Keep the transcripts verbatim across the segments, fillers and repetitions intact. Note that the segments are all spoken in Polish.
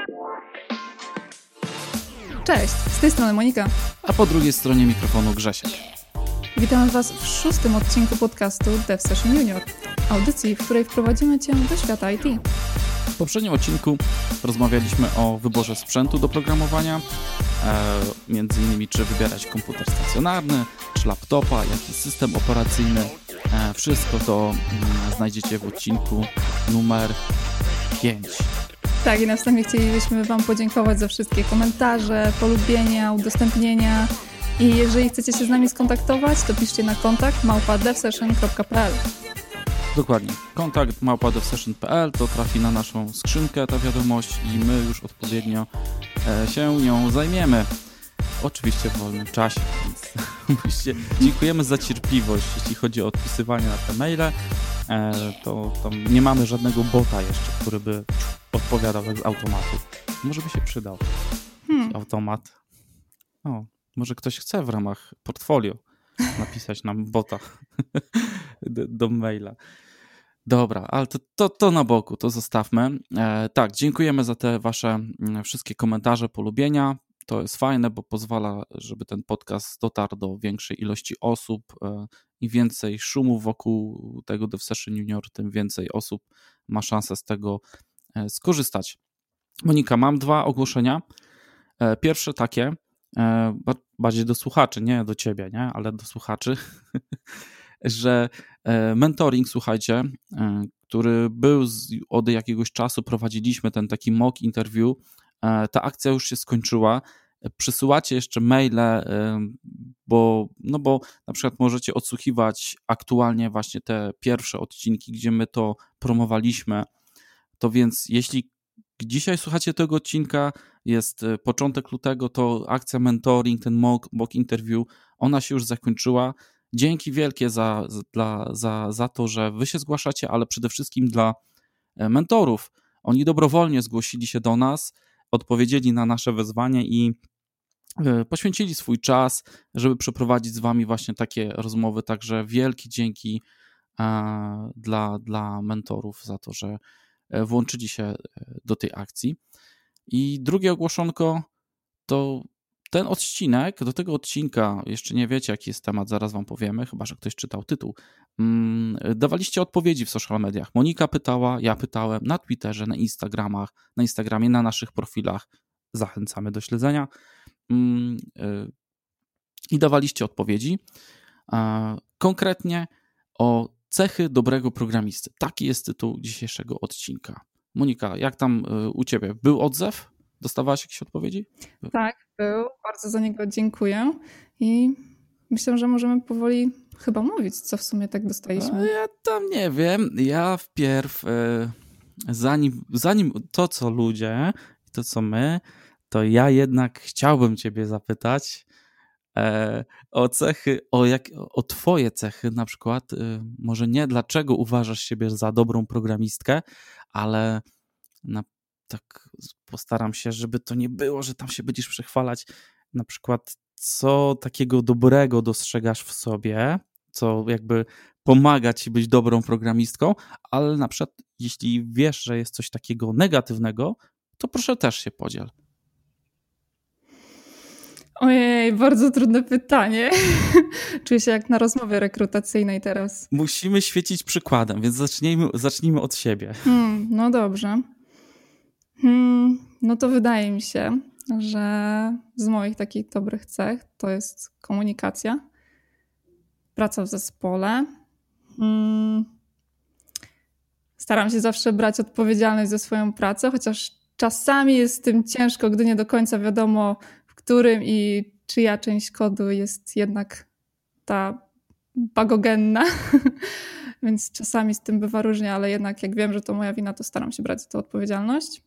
Cześć, z tej strony Monika. A po drugiej stronie mikrofonu Grzesiek. Witamy Was w szóstym odcinku podcastu Dev Session Junior, audycji, w której wprowadzimy Cię do świata I T. W poprzednim odcinku rozmawialiśmy o wyborze sprzętu do programowania, e, między innymi czy wybierać komputer stacjonarny, czy laptopa, jaki system operacyjny. E, wszystko to mm, znajdziecie w odcinku numer pięć. Tak, i na wstępie chcielibyśmy Wam podziękować za wszystkie komentarze, polubienia, udostępnienia. I jeżeli chcecie się z nami skontaktować, to piszcie na kontakt małpa devsession kropka p l. Dokładnie. Kontakt małpa devsession kropka p l to trafi na naszą skrzynkę ta wiadomość i my już odpowiednio e, się nią zajmiemy. Oczywiście w wolnym czasie, więc oczywiście dziękujemy za cierpliwość, jeśli chodzi o odpisywanie na te maile. E, to, to nie mamy żadnego bota jeszcze, który by odpowiadał z automatu. Może by się przydał hmm. automat. O, może ktoś chce w ramach portfolio napisać nam bota do, do maila. Dobra, ale to, to, to na boku, to zostawmy. E, tak, dziękujemy za te wasze wszystkie komentarze, polubienia. To jest fajne, bo pozwala, żeby ten podcast dotarł do większej ilości osób. E, Im więcej szumu wokół tego Dev Session Junior, tym więcej osób ma szansę z tego e, skorzystać. Monika, mam dwa ogłoszenia. E, pierwsze takie, e, bardziej do słuchaczy, nie do ciebie, nie, ale do słuchaczy, że mentoring, słuchajcie, który był z, od jakiegoś czasu, prowadziliśmy ten taki mock interview, ta akcja już się skończyła. Przysyłacie jeszcze maile, bo, no bo na przykład możecie odsłuchiwać aktualnie właśnie te pierwsze odcinki, gdzie my to promowaliśmy. To więc jeśli dzisiaj słuchacie tego odcinka, jest początek lutego, to akcja mentoring, ten mock, mock interview, ona się już zakończyła. Dzięki wielkie za, za, za, za to, że wy się zgłaszacie, ale przede wszystkim dla mentorów. Oni dobrowolnie zgłosili się do nas, odpowiedzieli na nasze wezwanie i poświęcili swój czas, żeby przeprowadzić z wami właśnie takie rozmowy. Także wielkie dzięki dla, dla mentorów za to, że włączyli się do tej akcji. I drugie ogłoszonko to ten odcinek, do tego odcinka, jeszcze nie wiecie jaki jest temat, zaraz wam powiemy, chyba że ktoś czytał tytuł, dawaliście odpowiedzi w social mediach. Monika pytała, ja pytałem na Twitterze, na Instagramach, na Instagramie, na naszych profilach. Zachęcamy do śledzenia. I dawaliście odpowiedzi. Konkretnie o cechy dobrego programisty. Taki jest tytuł dzisiejszego odcinka. Monika, jak tam u ciebie? Był odzew? Dostawałaś jakieś odpowiedzi? Tak, był. Bardzo za niego dziękuję. I myślę, że możemy powoli chyba mówić, co w sumie tak dostaliśmy. No, ja tam nie wiem. Ja wpierw, zanim, zanim to, co ludzie, to, co my, to ja jednak chciałbym ciebie zapytać o cechy, o, jak, o twoje cechy na przykład. Może nie dlaczego uważasz siebie za dobrą programistkę, ale na tak postaram się, żeby to nie było, że tam się będziesz przechwalać. Na przykład, co takiego dobrego dostrzegasz w sobie, co jakby pomaga ci być dobrą programistką, ale na przykład, jeśli wiesz, że jest coś takiego negatywnego, to proszę też się podziel. Ojej, bardzo trudne pytanie. Czuję się jak na rozmowie rekrutacyjnej teraz. Musimy świecić przykładem, więc zacznijmy, zacznijmy od siebie. Hmm, no dobrze. Hmm, no to wydaje mi się, że z moich takich dobrych cech to jest komunikacja, praca w zespole. Hmm, staram się zawsze brać odpowiedzialność za swoją pracę, chociaż czasami jest z tym ciężko, gdy nie do końca wiadomo, w którym i czyja część kodu jest jednak ta bagogenna. Więc czasami z tym bywa różnie, ale jednak jak wiem, że to moja wina, to staram się brać za to odpowiedzialność.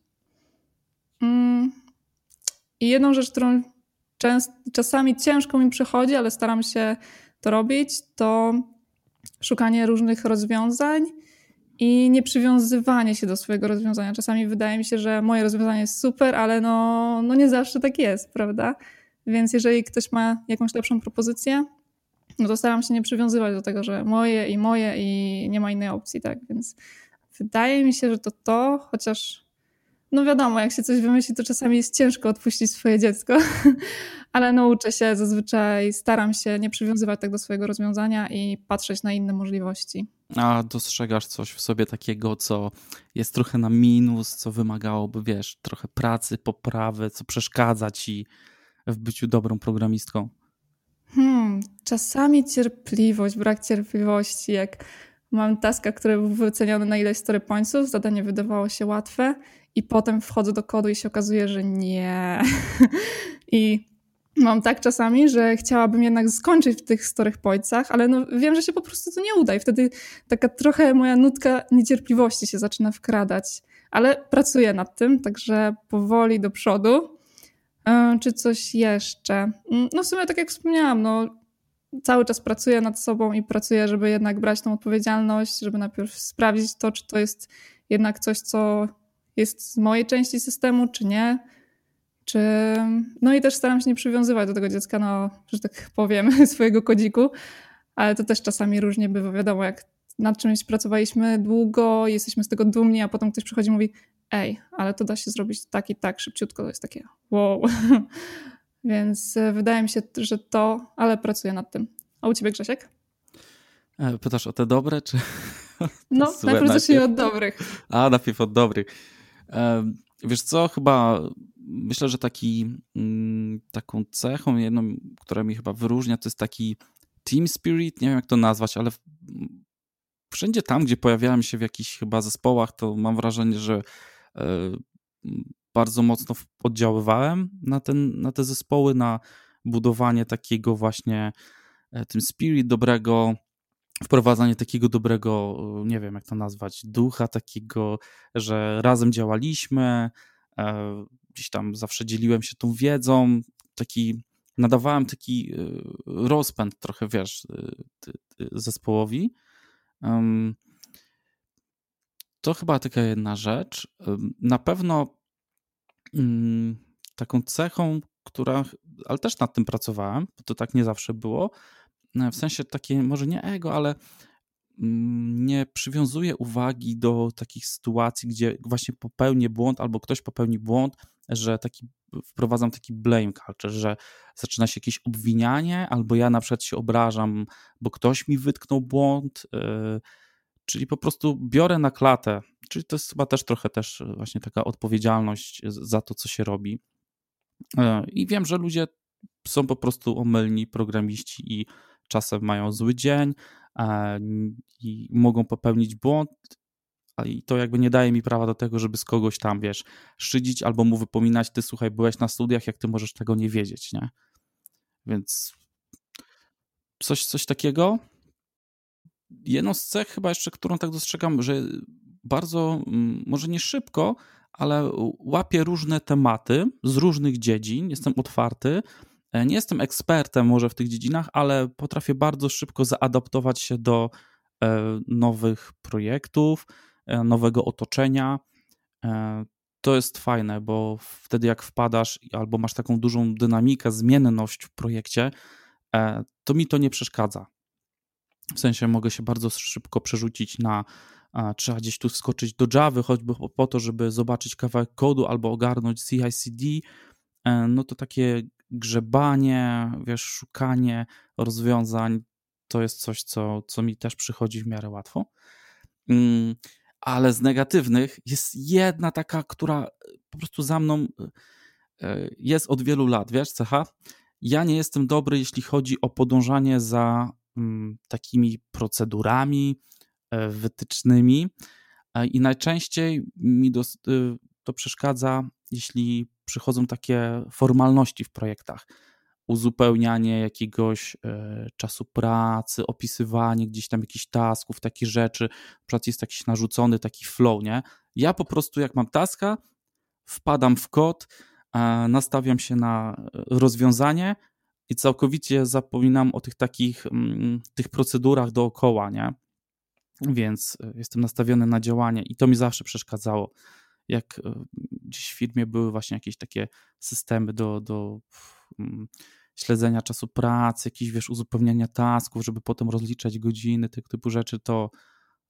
I jedną rzecz, którą częst, czasami ciężko mi przychodzi, ale staram się to robić, to szukanie różnych rozwiązań i nie przywiązywanie się do swojego rozwiązania. Czasami wydaje mi się, że moje rozwiązanie jest super, ale no, no nie zawsze tak jest, prawda? Więc jeżeli ktoś ma jakąś lepszą propozycję, no to staram się nie przywiązywać do tego, że moje i moje i nie ma innej opcji, tak? Więc wydaje mi się, że to to, chociaż no wiadomo, jak się coś wymyśli, to czasami jest ciężko odpuścić swoje dziecko, ale no uczę się, zazwyczaj staram się nie przywiązywać tak do swojego rozwiązania i patrzeć na inne możliwości. A dostrzegasz coś w sobie takiego, co jest trochę na minus, co wymagałoby, wiesz, trochę pracy, poprawy, co przeszkadza ci w byciu dobrą programistką? Hmm, czasami cierpliwość, brak cierpliwości, jak mam taska, który był wyceniony na ileś story pointsów, zadanie wydawało się łatwe i potem wchodzę do kodu i się okazuje, że nie. I mam tak czasami, że chciałabym jednak skończyć w tych story pointsach, ale no wiem, że się po prostu to nie uda i wtedy taka trochę moja nutka niecierpliwości się zaczyna wkradać. Ale pracuję nad tym, także powoli do przodu. Czy coś jeszcze? No w sumie tak jak wspomniałam, no cały czas pracuję nad sobą i pracuję, żeby jednak brać tą odpowiedzialność, żeby najpierw sprawdzić to, czy to jest jednak coś, co jest z mojej części systemu, czy nie. Czy... No i też staram się nie przywiązywać do tego dziecka, no, że tak powiem, swojego kodziku, ale to też czasami różnie bywa. Wiadomo, jak nad czymś pracowaliśmy długo, jesteśmy z tego dumni, a potem ktoś przychodzi i mówi: ej, ale to da się zrobić tak i tak szybciutko, to jest takie wow. Więc wydaje mi się, że to, ale pracuję nad tym. A u ciebie, Grzesiek? Pytasz o te dobre, czy... No, najpierw zacznij od dobrych. A, najpierw od dobrych. Wiesz co, chyba myślę, że taki, taką cechą jedną, która mi chyba wyróżnia, to jest taki team spirit, nie wiem jak to nazwać, ale wszędzie tam, gdzie pojawiałem się w jakichś chyba zespołach, to mam wrażenie, że bardzo mocno oddziaływałem na, ten, na te zespoły, na budowanie takiego właśnie tym spirit dobrego, wprowadzanie takiego dobrego, nie wiem jak to nazwać, ducha takiego, że razem działaliśmy, gdzieś tam zawsze dzieliłem się tą wiedzą, taki, nadawałem taki rozpęd trochę, wiesz, zespołowi. To chyba taka jedna rzecz. Na pewno taką cechą, która, ale też nad tym pracowałem, bo to tak nie zawsze było, w sensie takie, może nie ego, ale nie przywiązuję uwagi do takich sytuacji, gdzie właśnie popełnię błąd albo ktoś popełni błąd, że taki, wprowadzam taki blame culture, że zaczyna się jakieś obwinianie, albo ja na przykład się obrażam, bo ktoś mi wytknął błąd, yy, czyli po prostu biorę na klatę, czyli to jest chyba też trochę też właśnie taka odpowiedzialność za to, co się robi. Yy, I wiem, że ludzie są po prostu omylni, programiści i czasem mają zły dzień i mogą popełnić błąd, i to jakby nie daje mi prawa do tego, żeby z kogoś tam, wiesz, szydzić albo mu wypominać: ty słuchaj, byłeś na studiach, jak ty możesz tego nie wiedzieć, nie? Więc coś, coś takiego. Jedną z cech chyba jeszcze, którą tak dostrzegam, że bardzo, może nie szybko, ale łapię różne tematy z różnych dziedzin, jestem otwarty. Nie jestem ekspertem może w tych dziedzinach, ale potrafię bardzo szybko zaadaptować się do nowych projektów, nowego otoczenia. To jest fajne, bo wtedy jak wpadasz albo masz taką dużą dynamikę, zmienność w projekcie, to mi to nie przeszkadza. W sensie mogę się bardzo szybko przerzucić na, trzeba gdzieś tu wskoczyć do Javy, choćby po to, żeby zobaczyć kawałek kodu albo ogarnąć C I C D. No to takie grzebanie, wiesz, szukanie rozwiązań, to jest coś, co, co mi też przychodzi w miarę łatwo. Ale z negatywnych jest jedna taka, która po prostu za mną jest od wielu lat, wiesz, cecha? Ja nie jestem dobry, jeśli chodzi o podążanie za takimi procedurami, wytycznymi i najczęściej mi do, to przeszkadza, jeśli przychodzą takie formalności w projektach. Uzupełnianie jakiegoś e, czasu pracy, opisywanie gdzieś tam jakichś tasków, takich rzeczy. Na przykład jest jakiś narzucony taki flow, nie? Ja po prostu jak mam taska, wpadam w kod, e, nastawiam się na rozwiązanie i całkowicie zapominam o tych takich mm, tych procedurach dookoła, nie? Więc jestem nastawiony na działanie i to mi zawsze przeszkadzało. Jak gdzieś w firmie były właśnie jakieś takie systemy do, do um, śledzenia czasu pracy, jakieś, wiesz, uzupełniania tasków, żeby potem rozliczać godziny, tych typu rzeczy, to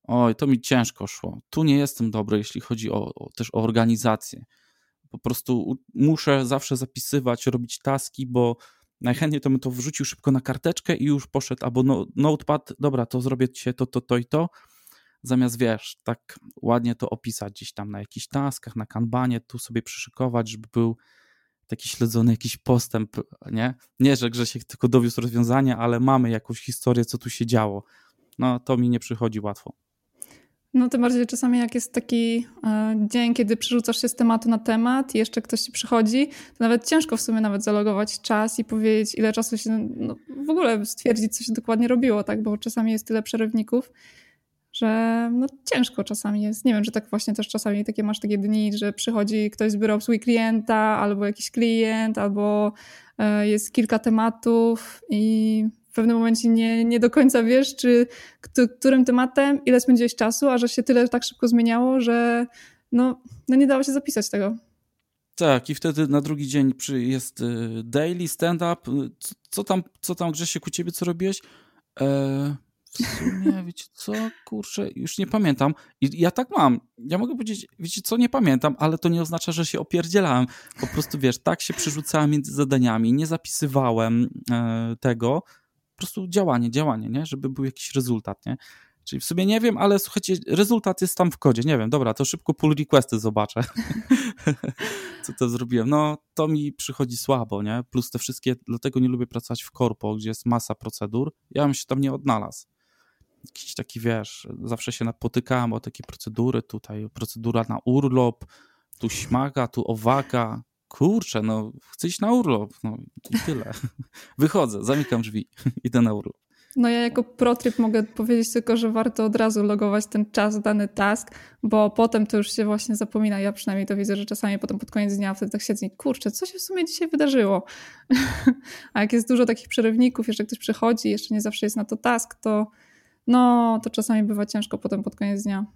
Oj, to mi ciężko szło. Tu nie jestem dobry, jeśli chodzi o, o też o organizację. Po prostu muszę zawsze zapisywać, robić taski, bo najchętniej to bym to wrzucił szybko na karteczkę i już poszedł, albo no, notepad, dobra, to zrobię dzisiaj to, to, to i to, zamiast, wiesz, tak ładnie to opisać gdzieś tam na jakichś taskach, na kanbanie, tu sobie przyszykować, żeby był taki śledzony jakiś postęp, nie? Nie, że Grzesiek tylko dowiózł rozwiązania, ale mamy jakąś historię, co tu się działo. No, to mi nie przychodzi łatwo. No tym bardziej czasami jak jest taki e, dzień, kiedy przerzucasz się z tematu na temat i jeszcze ktoś ci przychodzi, to nawet ciężko w sumie nawet zalogować czas i powiedzieć, ile czasu się, no, w ogóle stwierdzić, co się dokładnie robiło, tak? Bo czasami jest tyle przerywników, że no ciężko czasami jest. Nie wiem, czy tak właśnie też czasami takie masz takie dni, że przychodzi ktoś z biura obsługi klienta, albo jakiś klient, albo e, jest kilka tematów i w pewnym momencie nie, nie do końca wiesz, czy którym tematem, ile spędziłeś czasu, a że się tyle tak szybko zmieniało, że no, no nie dało się zapisać tego. Tak, i wtedy na drugi dzień przy, jest y, daily, stand-up. Co, co tam, co tam Grzesiek u ciebie, co robiłeś? E, w sumie, wiecie co, kurczę, już nie pamiętam. I ja tak mam. Ja mogę powiedzieć, wiecie co, nie pamiętam, ale to nie oznacza, że się opierdzielałem. Po prostu, wiesz, tak się przerzucałem między zadaniami, nie zapisywałem e, tego. Po prostu działanie, działanie, nie? Żeby był jakiś rezultat, nie? Czyli w sumie nie wiem, ale słuchajcie, rezultat jest tam w kodzie. Nie wiem, dobra, to szybko pull requesty zobaczę, co to zrobiłem. No, to mi przychodzi słabo, nie? Plus te wszystkie, dlatego nie lubię pracować w korpo, gdzie jest masa procedur. Ja bym się tam nie odnalazł. Jakiś taki, wiesz, zawsze się napotykałem o takie procedury, tutaj procedura na urlop, tu śmaga, tu owaka. Kurczę, no chcę iść na urlop, no i tyle. Wychodzę, zamykam drzwi, idę na urlop. No ja jako protryb mogę powiedzieć tylko, że warto od razu logować ten czas, dany task, bo potem to już się właśnie zapomina. Ja przynajmniej to widzę, że czasami potem pod koniec dnia wtedy tak siedzę i kurczę, co się w sumie dzisiaj wydarzyło? A jak jest dużo takich przerywników, jeszcze ktoś przychodzi, jeszcze nie zawsze jest na to task, to no to czasami bywa ciężko potem pod koniec dnia.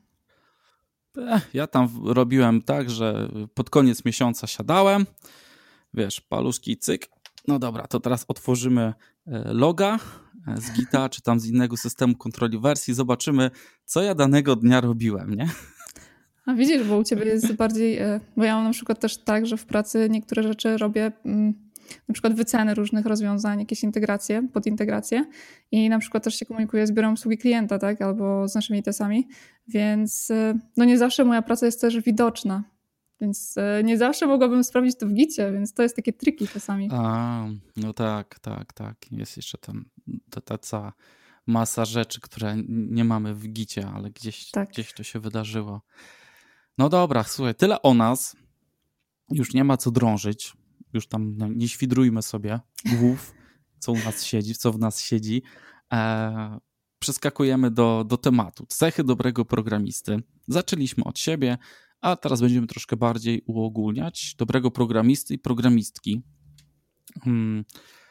Ja tam robiłem tak, że pod koniec miesiąca siadałem, wiesz, paluszki, cyk. No dobra, to teraz otworzymy loga z Gita, czy tam z innego systemu kontroli wersji, zobaczymy, co ja danego dnia robiłem, nie? A widzisz, bo u ciebie jest bardziej, bo ja mam na przykład też tak, że w pracy niektóre rzeczy robię, na przykład wyceny różnych rozwiązań, jakieś integracje, podintegracje i na przykład też się komunikuję z biurem obsługi klienta, tak, albo z naszymi tesami, więc no nie zawsze moja praca jest też widoczna, więc nie zawsze mogłabym sprawdzić to w Gicie, więc to jest takie triki czasami. A, no tak, tak, tak. Jest jeszcze tam ta, ta cała masa rzeczy, które nie mamy w Gicie, ale gdzieś, tak. gdzieś to się wydarzyło. No dobra, słuchaj, tyle o nas. Już nie ma co drążyć. Już tam nie świdrujmy sobie głów, co u nas siedzi, co w nas siedzi. E, przeskakujemy do, do tematu. Cechy dobrego programisty. Zaczęliśmy od siebie, a teraz będziemy troszkę bardziej uogólniać dobrego programisty i programistki. Hmm.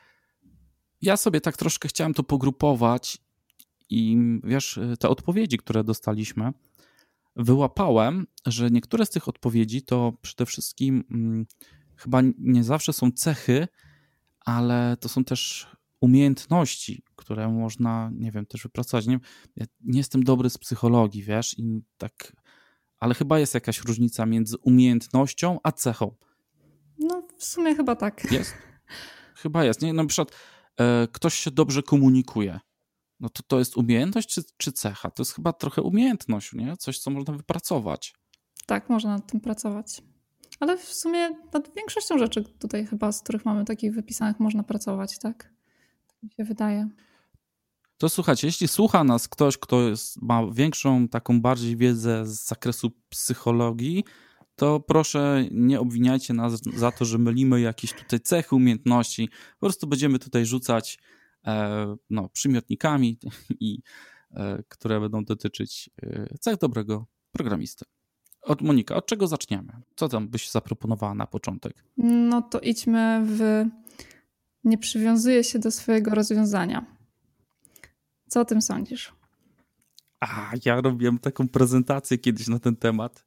Ja sobie tak troszkę chciałem to pogrupować i wiesz, te odpowiedzi, które dostaliśmy, wyłapałem, że niektóre z tych odpowiedzi to przede wszystkim hmm, chyba nie zawsze są cechy, ale to są też umiejętności, które można, nie wiem, też wypracować. Nie, ja nie jestem dobry z psychologii, wiesz, i tak, ale chyba jest jakaś różnica między umiejętnością a cechą. No w sumie chyba tak. Jest. Chyba jest. Nie? Na przykład e, ktoś się dobrze komunikuje. No to to jest umiejętność czy, czy cecha? To jest chyba trochę umiejętność, nie? Coś, co można wypracować. Tak, można nad tym pracować. Ale w sumie nad większością rzeczy tutaj chyba, z których mamy takich wypisanych, można pracować, tak? Tak mi się wydaje. To słuchajcie, jeśli słucha nas ktoś, kto jest, ma większą, taką bardziej wiedzę z zakresu psychologii, to proszę nie obwiniajcie nas za to, że mylimy jakieś tutaj cechy, umiejętności. Po prostu będziemy tutaj rzucać e, no, przymiotnikami, i, e, które będą dotyczyć e, cech dobrego programisty. Od Monika, od czego zaczniemy? Co tam byś zaproponowała na początek? No to idźmy w... Nie przywiązuje się do swojego rozwiązania. Co o tym sądzisz? A, ja robiłem taką prezentację kiedyś na ten temat.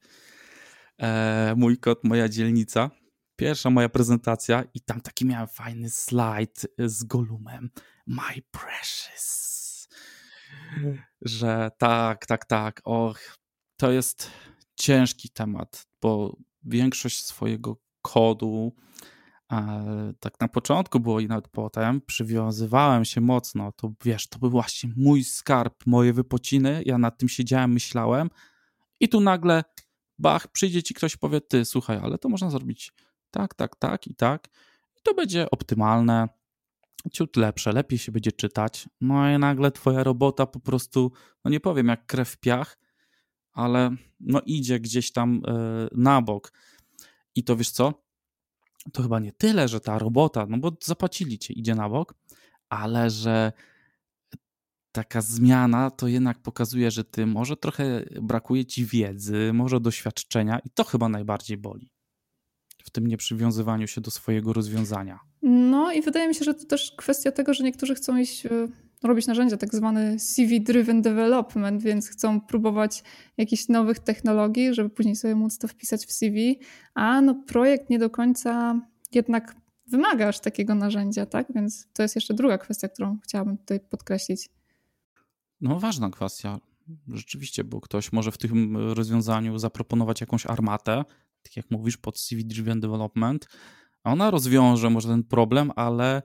E, mój kot, moja dzielnica. Pierwsza moja prezentacja i tam taki miałem fajny slajd z Gollumem. My precious. że tak, tak, tak, och, to jest ciężki temat, bo większość swojego kodu, e, tak na początku było i nawet potem, przywiązywałem się mocno, to wiesz, to był właśnie mój skarb, moje wypociny, ja nad tym siedziałem, myślałem i tu nagle, bach, przyjdzie ci ktoś i powie, ty, słuchaj, ale to można zrobić tak, tak, tak i tak i to będzie optymalne, ciut lepsze, lepiej się będzie czytać, no i nagle twoja robota po prostu, no nie powiem jak krew w piach, ale no idzie gdzieś tam y, na bok. I to wiesz co? To chyba nie tyle, że ta robota, no bo zapłacili cię, idzie na bok, ale że taka zmiana to jednak pokazuje, że ty może trochę brakuje ci wiedzy, może doświadczenia i to chyba najbardziej boli w tym nieprzywiązywaniu się do swojego rozwiązania. No i wydaje mi się, że to też kwestia tego, że niektórzy chcą iść, robić narzędzia, tak zwany C V-driven development, więc chcą próbować jakichś nowych technologii, żeby później sobie móc to wpisać w C V, a no projekt nie do końca jednak wymaga aż takiego narzędzia, tak? Więc to jest jeszcze druga kwestia, którą chciałabym tutaj podkreślić. No ważna kwestia, rzeczywiście, bo ktoś może w tym rozwiązaniu zaproponować jakąś armatę, tak jak mówisz, pod C V-driven development, a ona rozwiąże może ten problem, ale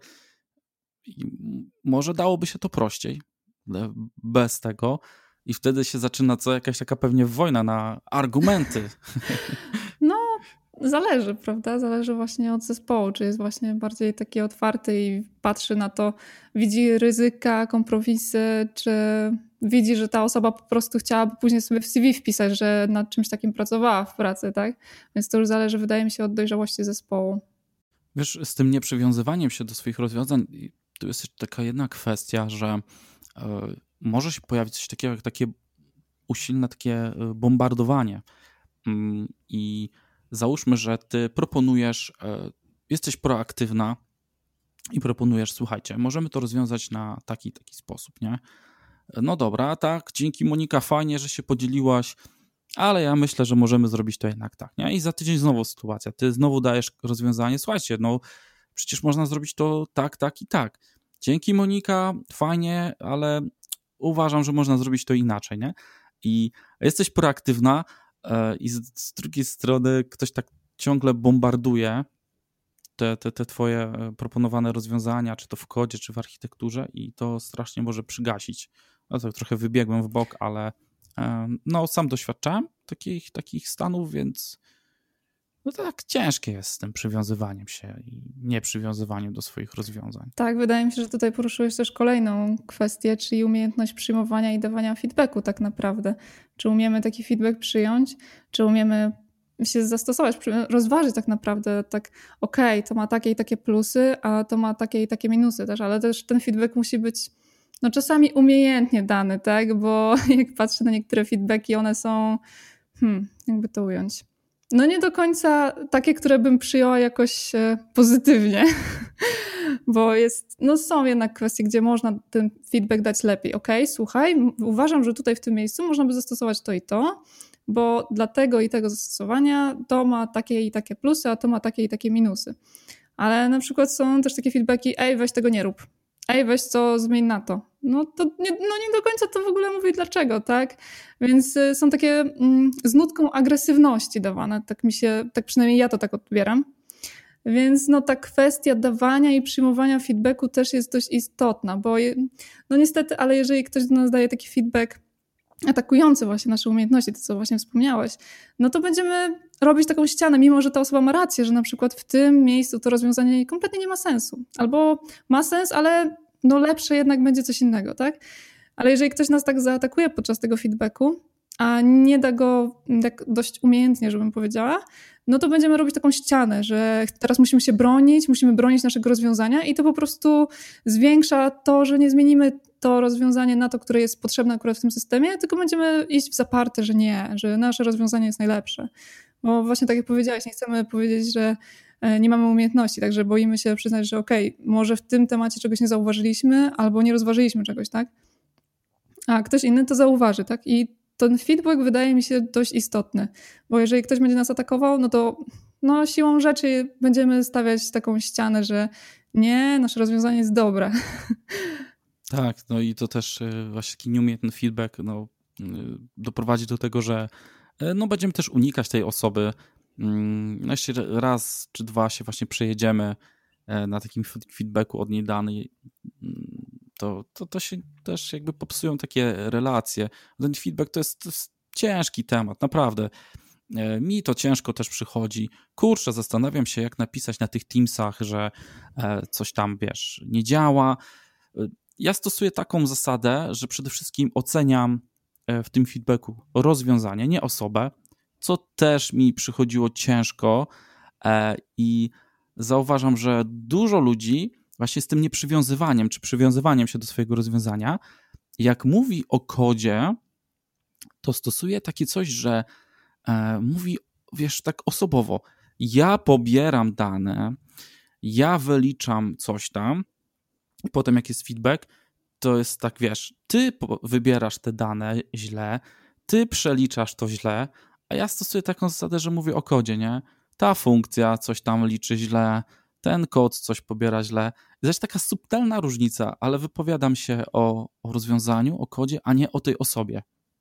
może dałoby się to prościej bez tego i wtedy się zaczyna co jakaś taka pewnie wojna na argumenty. No, zależy, prawda? Zależy właśnie od zespołu, czy jest właśnie bardziej taki otwarty i patrzy na to, widzi ryzyka, kompromisy, czy widzi, że ta osoba po prostu chciałaby później sobie w C V wpisać, że nad czymś takim pracowała w pracy, tak? Więc to już zależy, wydaje mi się, od dojrzałości zespołu. Wiesz, z tym nieprzywiązywaniem się do swoich rozwiązań, tu jest taka jedna kwestia, że y, może się pojawić coś takiego jak takie usilne takie bombardowanie. Y, I załóżmy, że ty proponujesz, y, jesteś proaktywna i proponujesz, słuchajcie, możemy to rozwiązać na taki taki sposób, nie? No dobra, tak, dzięki Monika, fajnie, że się podzieliłaś, ale ja myślę, że możemy zrobić to jednak tak, nie? I za tydzień znowu sytuacja, ty znowu dajesz rozwiązanie, słuchajcie, no przecież można zrobić to tak, tak i tak. Dzięki Monika, fajnie, ale uważam, że można zrobić to inaczej, nie? I jesteś proaktywna yy, i z, z drugiej strony ktoś tak ciągle bombarduje te, te, te twoje proponowane rozwiązania, czy to w kodzie, czy w architekturze i to strasznie może przygasić. No to trochę wybiegłem w bok, ale no sam doświadczałem takich, takich stanów, więc no to tak ciężkie jest z tym przywiązywaniem się i nieprzywiązywaniem do swoich rozwiązań. Tak, wydaje mi się, że tutaj poruszyłeś też kolejną kwestię, czyli umiejętność przyjmowania i dawania feedbacku tak naprawdę. Czy umiemy taki feedback przyjąć, czy umiemy się zastosować, rozważyć tak naprawdę, tak okej, okay, to ma takie i takie plusy, a to ma takie i takie minusy też, ale też ten feedback musi być no czasami umiejętnie dany, tak, bo jak patrzę na niektóre feedbacki, one są, hmm, jakby to ująć, no nie do końca takie, które bym przyjęła jakoś pozytywnie, bo jest, no są jednak kwestie, gdzie można ten feedback dać lepiej. Okej, okay, słuchaj, uważam, że tutaj w tym miejscu można by zastosować to i to, bo dla tego i tego zastosowania to ma takie i takie plusy, a to ma takie i takie minusy. Ale na przykład są też takie feedbacki, ej, weź tego nie rób. Ej, weź co, zmień na to. No to nie, no nie do końca to w ogóle mówi dlaczego, tak? Więc y, są takie mm, z nutką agresywności dawane, tak mi się, tak przynajmniej ja to tak odbieram. Więc no ta kwestia dawania i przyjmowania feedbacku też jest dość istotna, bo je, no niestety, ale jeżeli ktoś do nas daje taki feedback atakujący właśnie nasze umiejętności, to co właśnie wspomniałeś, no to będziemy robić taką ścianę, mimo że ta osoba ma rację, że na przykład w tym miejscu to rozwiązanie kompletnie nie ma sensu. Albo ma sens, ale no lepsze jednak będzie coś innego, tak? Ale jeżeli ktoś nas tak zaatakuje podczas tego feedbacku, a nie da go tak dość umiejętnie, żebym powiedziała, no to będziemy robić taką ścianę, że teraz musimy się bronić, musimy bronić naszego rozwiązania i to po prostu zwiększa to, że nie zmienimy to rozwiązanie na to, które jest potrzebne akurat w tym systemie, tylko będziemy iść w zaparte, że nie, że nasze rozwiązanie jest najlepsze. Bo właśnie tak jak powiedziałaś, nie chcemy powiedzieć, że nie mamy umiejętności, także boimy się przyznać, że okej, okay, może w tym temacie czegoś nie zauważyliśmy albo nie rozważyliśmy czegoś, tak? A ktoś inny to zauważy, tak? I ten feedback wydaje mi się dość istotny, bo jeżeli ktoś będzie nas atakował, no to no, siłą rzeczy będziemy stawiać taką ścianę, że nie, nasze rozwiązanie jest dobre. Tak, no i to też y, właśnie taki nieumiejętny feedback no, y, doprowadzi do tego, że y, no, będziemy też unikać tej osoby. Mm, No jeśli raz czy dwa się właśnie przejedziemy e, na takim feed- feedbacku od niej danej, mm, to, to, to się też jakby popsują takie relacje. Ten feedback to jest, to jest ciężki temat, naprawdę. E, Mi to ciężko też przychodzi. Kurczę, zastanawiam się, jak napisać na tych Teamsach, że e, coś tam, wiesz, nie działa. E, Ja stosuję taką zasadę, że przede wszystkim oceniam e, w tym feedbacku rozwiązanie, nie osobę, co też mi przychodziło ciężko e, i zauważam, że dużo ludzi właśnie z tym nieprzywiązywaniem, czy przywiązywaniem się do swojego rozwiązania, jak mówi o kodzie, to stosuje takie coś, że e, mówi, wiesz, tak osobowo. Ja pobieram dane, ja wyliczam coś tam, i potem jak jest feedback, to jest tak, wiesz, ty po- wybierasz te dane źle, ty przeliczasz to źle, a ja stosuję taką zasadę, że mówię o kodzie, nie? Ta funkcja coś tam liczy źle, ten kod coś pobiera źle. To jest taka subtelna różnica, ale wypowiadam się o, o rozwiązaniu, o kodzie, a nie o tej osobie.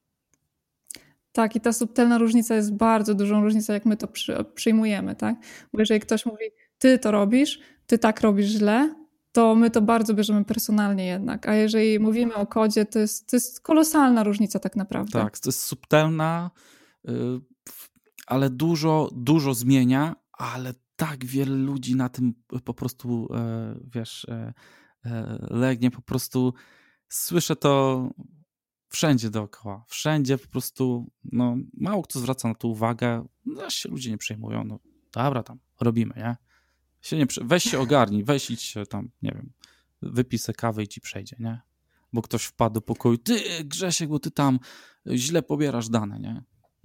Tak, i ta subtelna różnica jest bardzo dużą różnicą, jak my to przy, przyjmujemy, tak? Bo jeżeli ktoś mówi, ty to robisz, ty tak robisz źle, to my to bardzo bierzemy personalnie jednak. A jeżeli mówimy o kodzie, to jest, to jest kolosalna różnica tak naprawdę. Tak, to jest subtelna, y, ale dużo, dużo zmienia, ale tak wiele ludzi na tym po prostu, e, wiesz, e, e, legnie, po prostu słyszę to wszędzie dookoła, wszędzie po prostu, no mało kto zwraca na to uwagę, no aż się ludzie nie przejmują, no dobra tam, robimy, nie? Się nie, prze- weź się ogarnij, weź idź się tam, nie wiem, wypij se kawę i ci przejdzie, nie? Bo ktoś wpadł do pokoju, ty Grzesiek, bo ty tam źle pobierasz dane, nie?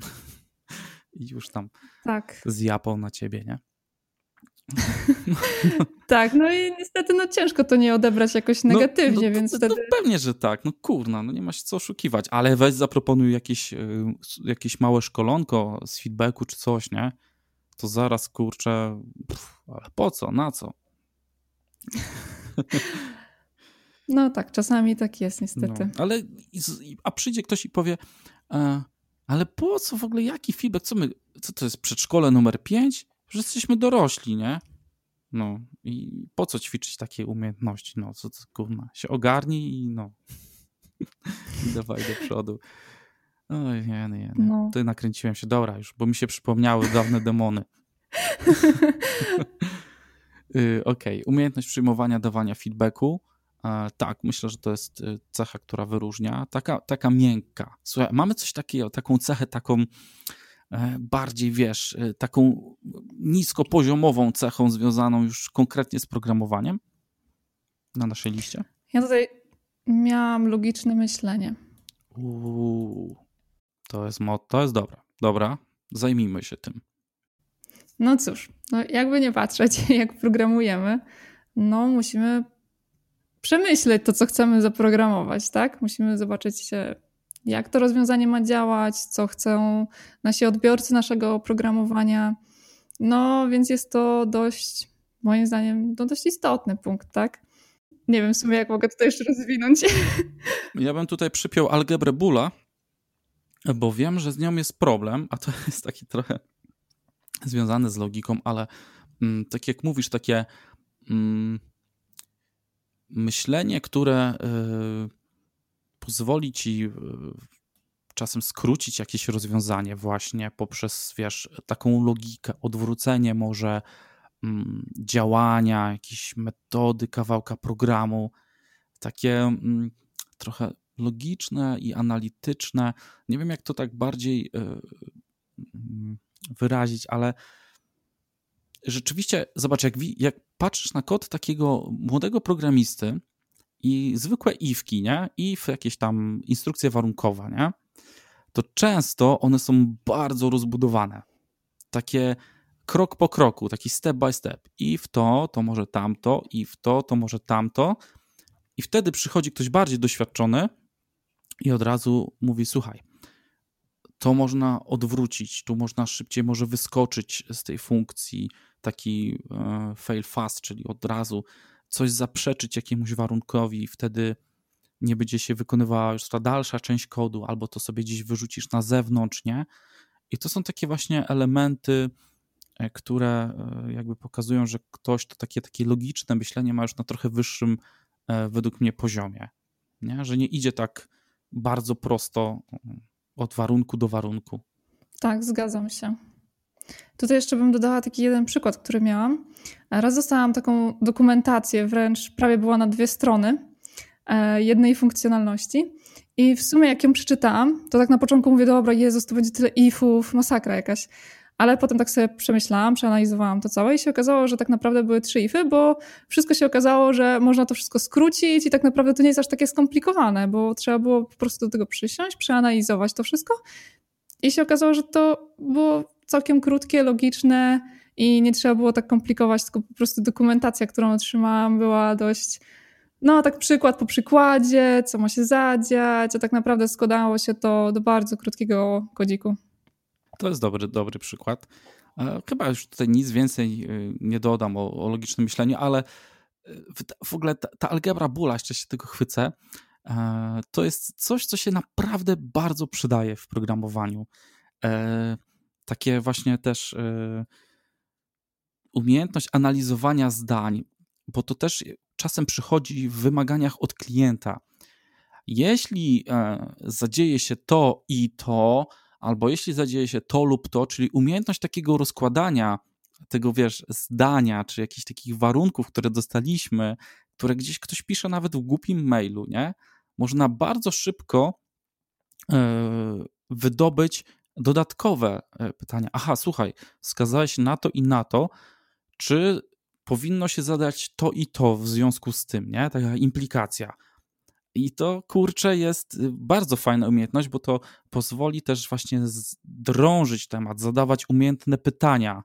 I już tam Tak. zjapał na ciebie, nie? Tak, no i niestety no ciężko to nie odebrać jakoś negatywnie, no, no, więc no, wtedy... No pewnie, że tak, no kurna, no nie ma się co oszukiwać, ale weź zaproponuj jakieś, y, jakieś małe szkolonko z feedbacku czy coś, nie? To zaraz, kurczę, pff, ale po co, na co? No tak, czasami tak jest niestety. No, ale, a przyjdzie ktoś i powie, e, ale po co w ogóle, jaki feedback, co my, co to jest przedszkole numer pięć? Że jesteśmy dorośli, nie? No i po co ćwiczyć takie umiejętności? No co to kurna, się ogarnij i no i dawaj do przodu. Oj, nie, nie, nie. No. Ty nakręciłem się, dobra już, bo mi się przypomniały dawne demony. y, Okej, okay. Umiejętność przyjmowania, dawania feedbacku. E, tak, myślę, że to jest cecha, która wyróżnia. Taka, taka miękka. Słuchaj, mamy coś takiego, taką cechę, taką bardziej, wiesz, taką niskopoziomową cechą związaną już konkretnie z programowaniem na naszej liście? Ja tutaj miałam logiczne myślenie. Uuu, to jest, to jest dobre. Dobra, zajmijmy się tym. No cóż, no jakby nie patrzeć, jak programujemy, no musimy przemyśleć to, co chcemy zaprogramować, tak? Musimy zobaczyć, jak to rozwiązanie ma działać, co chcą nasi odbiorcy naszego oprogramowania. No więc jest to dość, moim zdaniem, no dość istotny punkt, tak? Nie wiem w sumie, jak mogę tutaj jeszcze rozwinąć. Ja bym tutaj przypiął algebrę Boola, bo wiem, że z nią jest problem, a to jest taki trochę związany z logiką, ale mm, tak jak mówisz, takie mm, myślenie, które y, pozwoli ci y, czasem skrócić jakieś rozwiązanie właśnie poprzez, wiesz, taką logikę, odwrócenie może mm, działania, jakieś metody kawałka programu, takie mm, trochę logiczne i analityczne. Nie wiem, jak to tak bardziej y, wyrazić, ale rzeczywiście, zobacz, jak, jak patrzysz na kod takiego młodego programisty i zwykłe ifki, nie? If, jakieś tam instrukcje warunkowe, nie? To często one są bardzo rozbudowane. Takie krok po kroku, taki step by step. If to, to może tamto, if to, to może tamto. I wtedy przychodzi ktoś bardziej doświadczony i od razu mówi, słuchaj, to można odwrócić, tu można szybciej może wyskoczyć z tej funkcji, taki fail fast, czyli od razu coś zaprzeczyć jakiemuś warunkowi i wtedy nie będzie się wykonywała już ta dalsza część kodu, albo to sobie gdzieś wyrzucisz na zewnątrz, nie? I to są takie właśnie elementy, które jakby pokazują, że ktoś to takie, takie logiczne myślenie ma już na trochę wyższym według mnie poziomie, nie? Że nie idzie tak bardzo prosto od warunku do warunku. Tak, zgadzam się. Tutaj jeszcze bym dodała taki jeden przykład, który miałam. Raz dostałam taką dokumentację, wręcz prawie była na dwie strony jednej funkcjonalności i w sumie jak ją przeczytałam, to tak na początku mówię, dobra, Jezus, to będzie tyle ifów, masakra jakaś. Ale potem tak sobie przemyślałam, przeanalizowałam to całe i się okazało, że tak naprawdę były trzy ify, bo wszystko się okazało, że można to wszystko skrócić i tak naprawdę to nie jest aż takie skomplikowane, bo trzeba było po prostu do tego przysiąść, przeanalizować to wszystko i się okazało, że to było całkiem krótkie, logiczne i nie trzeba było tak komplikować, tylko po prostu dokumentacja, którą otrzymałam, była dość, no tak przykład po przykładzie, co ma się zadziać, a tak naprawdę składało się to do bardzo krótkiego kodziku. To jest dobry, dobry przykład. Chyba już tutaj nic więcej nie dodam o, o logicznym myśleniu, ale w ogóle ta, ta algebra Boole'a, jeszcze się tego chwycę, to jest coś, co się naprawdę bardzo przydaje w programowaniu. Takie właśnie też umiejętność analizowania zdań, bo to też czasem przychodzi w wymaganiach od klienta. Jeśli zadzieje się to i to, albo jeśli zadzieje się to lub to, czyli umiejętność takiego rozkładania tego, wiesz, zdania, czy jakichś takich warunków, które dostaliśmy, które gdzieś ktoś pisze nawet w głupim mailu, nie? Można bardzo szybko wydobyć dodatkowe pytania. Aha, słuchaj, wskazałeś na to i na to, czy powinno się zadać to i to w związku z tym, nie? Taka implikacja. I to, kurczę, jest bardzo fajna umiejętność, bo to pozwoli też właśnie drążyć temat, zadawać umiejętne pytania.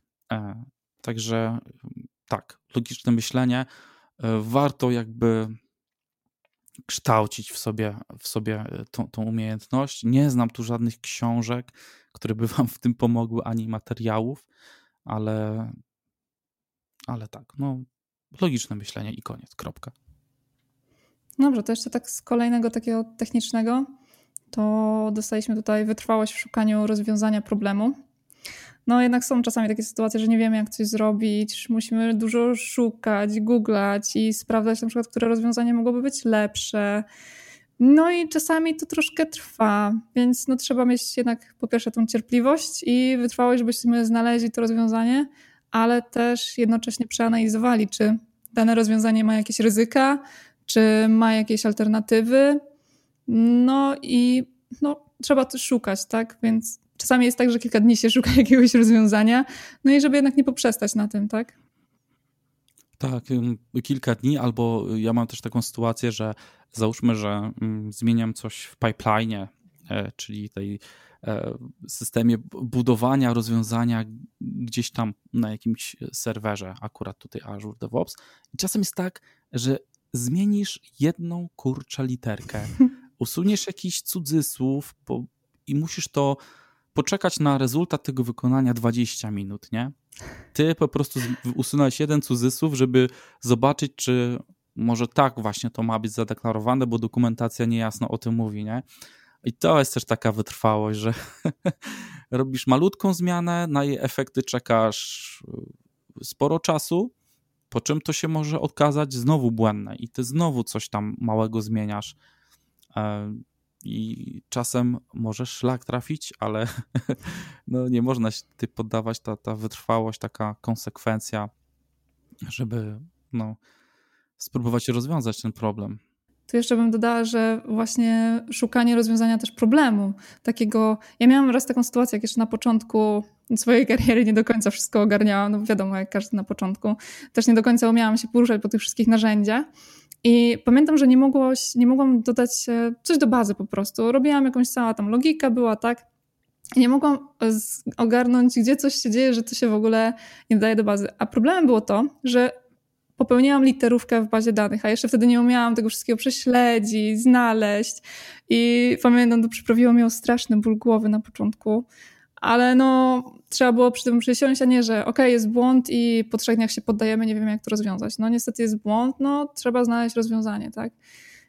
Także tak, logiczne myślenie warto jakby kształcić w sobie, w sobie tą, tą umiejętność. Nie znam tu żadnych książek, które by wam w tym pomogły, ani materiałów, ale, ale tak, no logiczne myślenie i koniec, kropka. Dobrze, to jeszcze tak z kolejnego takiego technicznego, to dostaliśmy tutaj wytrwałość w szukaniu rozwiązania problemu. No jednak są czasami takie sytuacje, że nie wiemy jak coś zrobić, musimy dużo szukać, googlać i sprawdzać na przykład, które rozwiązanie mogłoby być lepsze. No i czasami to troszkę trwa, więc no trzeba mieć jednak po pierwsze tą cierpliwość i wytrwałość, żebyśmy znaleźli to rozwiązanie, ale też jednocześnie przeanalizowali, czy dane rozwiązanie ma jakieś ryzyka, czy ma jakieś alternatywy. No i no, trzeba to szukać, tak? Więc czasami jest tak, że kilka dni się szuka jakiegoś rozwiązania, no i żeby jednak nie poprzestać na tym, tak? Tak, kilka dni, albo ja mam też taką sytuację, że załóżmy, że zmieniam coś w pipeline'ie, czyli tej systemie budowania rozwiązania gdzieś tam na jakimś serwerze, akurat tutaj Azure DevOps. I czasem jest tak, że zmienisz jedną kurczę literkę, usuniesz jakiś cudzysłów po, i musisz to poczekać na rezultat tego wykonania dwadzieścia minut, nie? Ty po prostu usunąłeś jeden cudzysłów, żeby zobaczyć, czy może tak właśnie to ma być zadeklarowane, bo dokumentacja niejasno o tym mówi, nie? I to jest też taka wytrwałość, że robisz malutką zmianę, na jej efekty czekasz sporo czasu, po czym to się może okazać znowu błędne i ty znowu coś tam małego zmieniasz i czasem możesz szlak trafić, ale no nie można się ty poddawać, ta, ta wytrwałość, taka konsekwencja, żeby no, spróbować rozwiązać ten problem. Tu jeszcze bym dodała, że właśnie szukanie rozwiązania też problemu. Takiego, ja miałam raz taką sytuację, jak jeszcze na początku swojej kariery nie do końca wszystko ogarniałam, no wiadomo, jak każdy na początku. Też nie do końca umiałam się poruszać po tych wszystkich narzędziach. I pamiętam, że nie, mogło, nie mogłam dodać coś do bazy po prostu. Robiłam jakąś cała tam logika, była tak. I nie mogłam ogarnąć, gdzie coś się dzieje, że to się w ogóle nie daje do bazy. A problemem było to, że popełniałam literówkę w bazie danych, a jeszcze wtedy nie umiałam tego wszystkiego prześledzić, znaleźć i pamiętam, to przyprawiło mnie o straszny ból głowy na początku, ale no trzeba było przy tym przysiąść, a nie, że okej, okay, jest błąd i po trzech dniach się poddajemy, nie wiemy jak to rozwiązać. No niestety jest błąd, no trzeba znaleźć rozwiązanie, tak?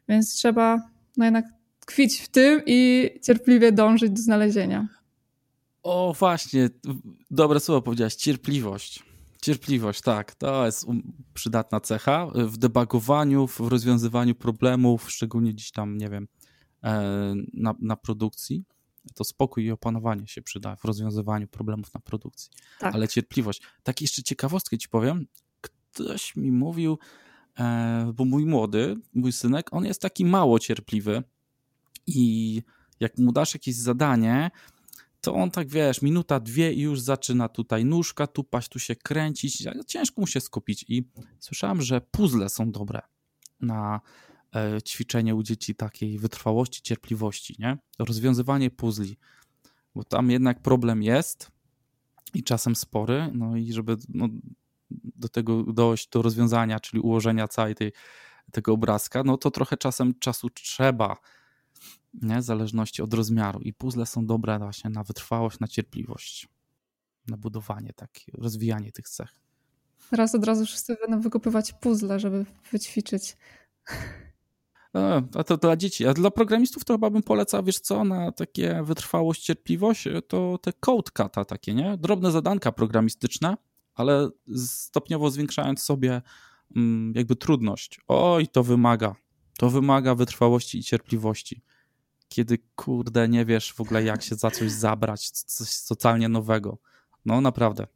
Więc trzeba no jednak tkwić w tym i cierpliwie dążyć do znalezienia. O właśnie, dobre słowo powiedziałaś, cierpliwość. Cierpliwość, tak, to jest przydatna cecha w debugowaniu, w rozwiązywaniu problemów, szczególnie gdzieś tam, nie wiem, na, na produkcji. To spokój i opanowanie się przyda w rozwiązywaniu problemów na produkcji. Tak. Ale cierpliwość. Tak jeszcze ciekawostkę ci powiem. Ktoś mi mówił, bo mój młody, mój synek, on jest taki mało cierpliwy i jak mu dasz jakieś zadanie, to on tak, wiesz, minuta, dwie i już zaczyna tutaj nóżka tupać, tu się kręcić. Ciężko mu się skupić. I słyszałem, że puzzle są dobre na e, ćwiczenie u dzieci takiej wytrwałości, cierpliwości, nie? Rozwiązywanie puzli. Bo tam jednak problem jest i czasem spory. No i żeby no, do tego dojść do rozwiązania, czyli ułożenia całej tej, tego obrazka, no to trochę czasem czasu trzeba, nie? W zależności od rozmiaru. I puzzle są dobre właśnie na wytrwałość, na cierpliwość, na budowanie, tak, rozwijanie tych cech. Teraz od razu wszyscy będą wykupywać puzzle, żeby wyćwiczyć. A to dla dzieci. A dla programistów to chyba bym polecał, wiesz co, na takie wytrwałość, cierpliwość, to te code kata takie, nie? Drobne zadanka programistyczne, ale stopniowo zwiększając sobie jakby trudność. Oj, to wymaga. To wymaga wytrwałości i cierpliwości. Kiedy, kurde, nie wiesz w ogóle, jak się za coś zabrać, coś totalnie nowego. No, naprawdę.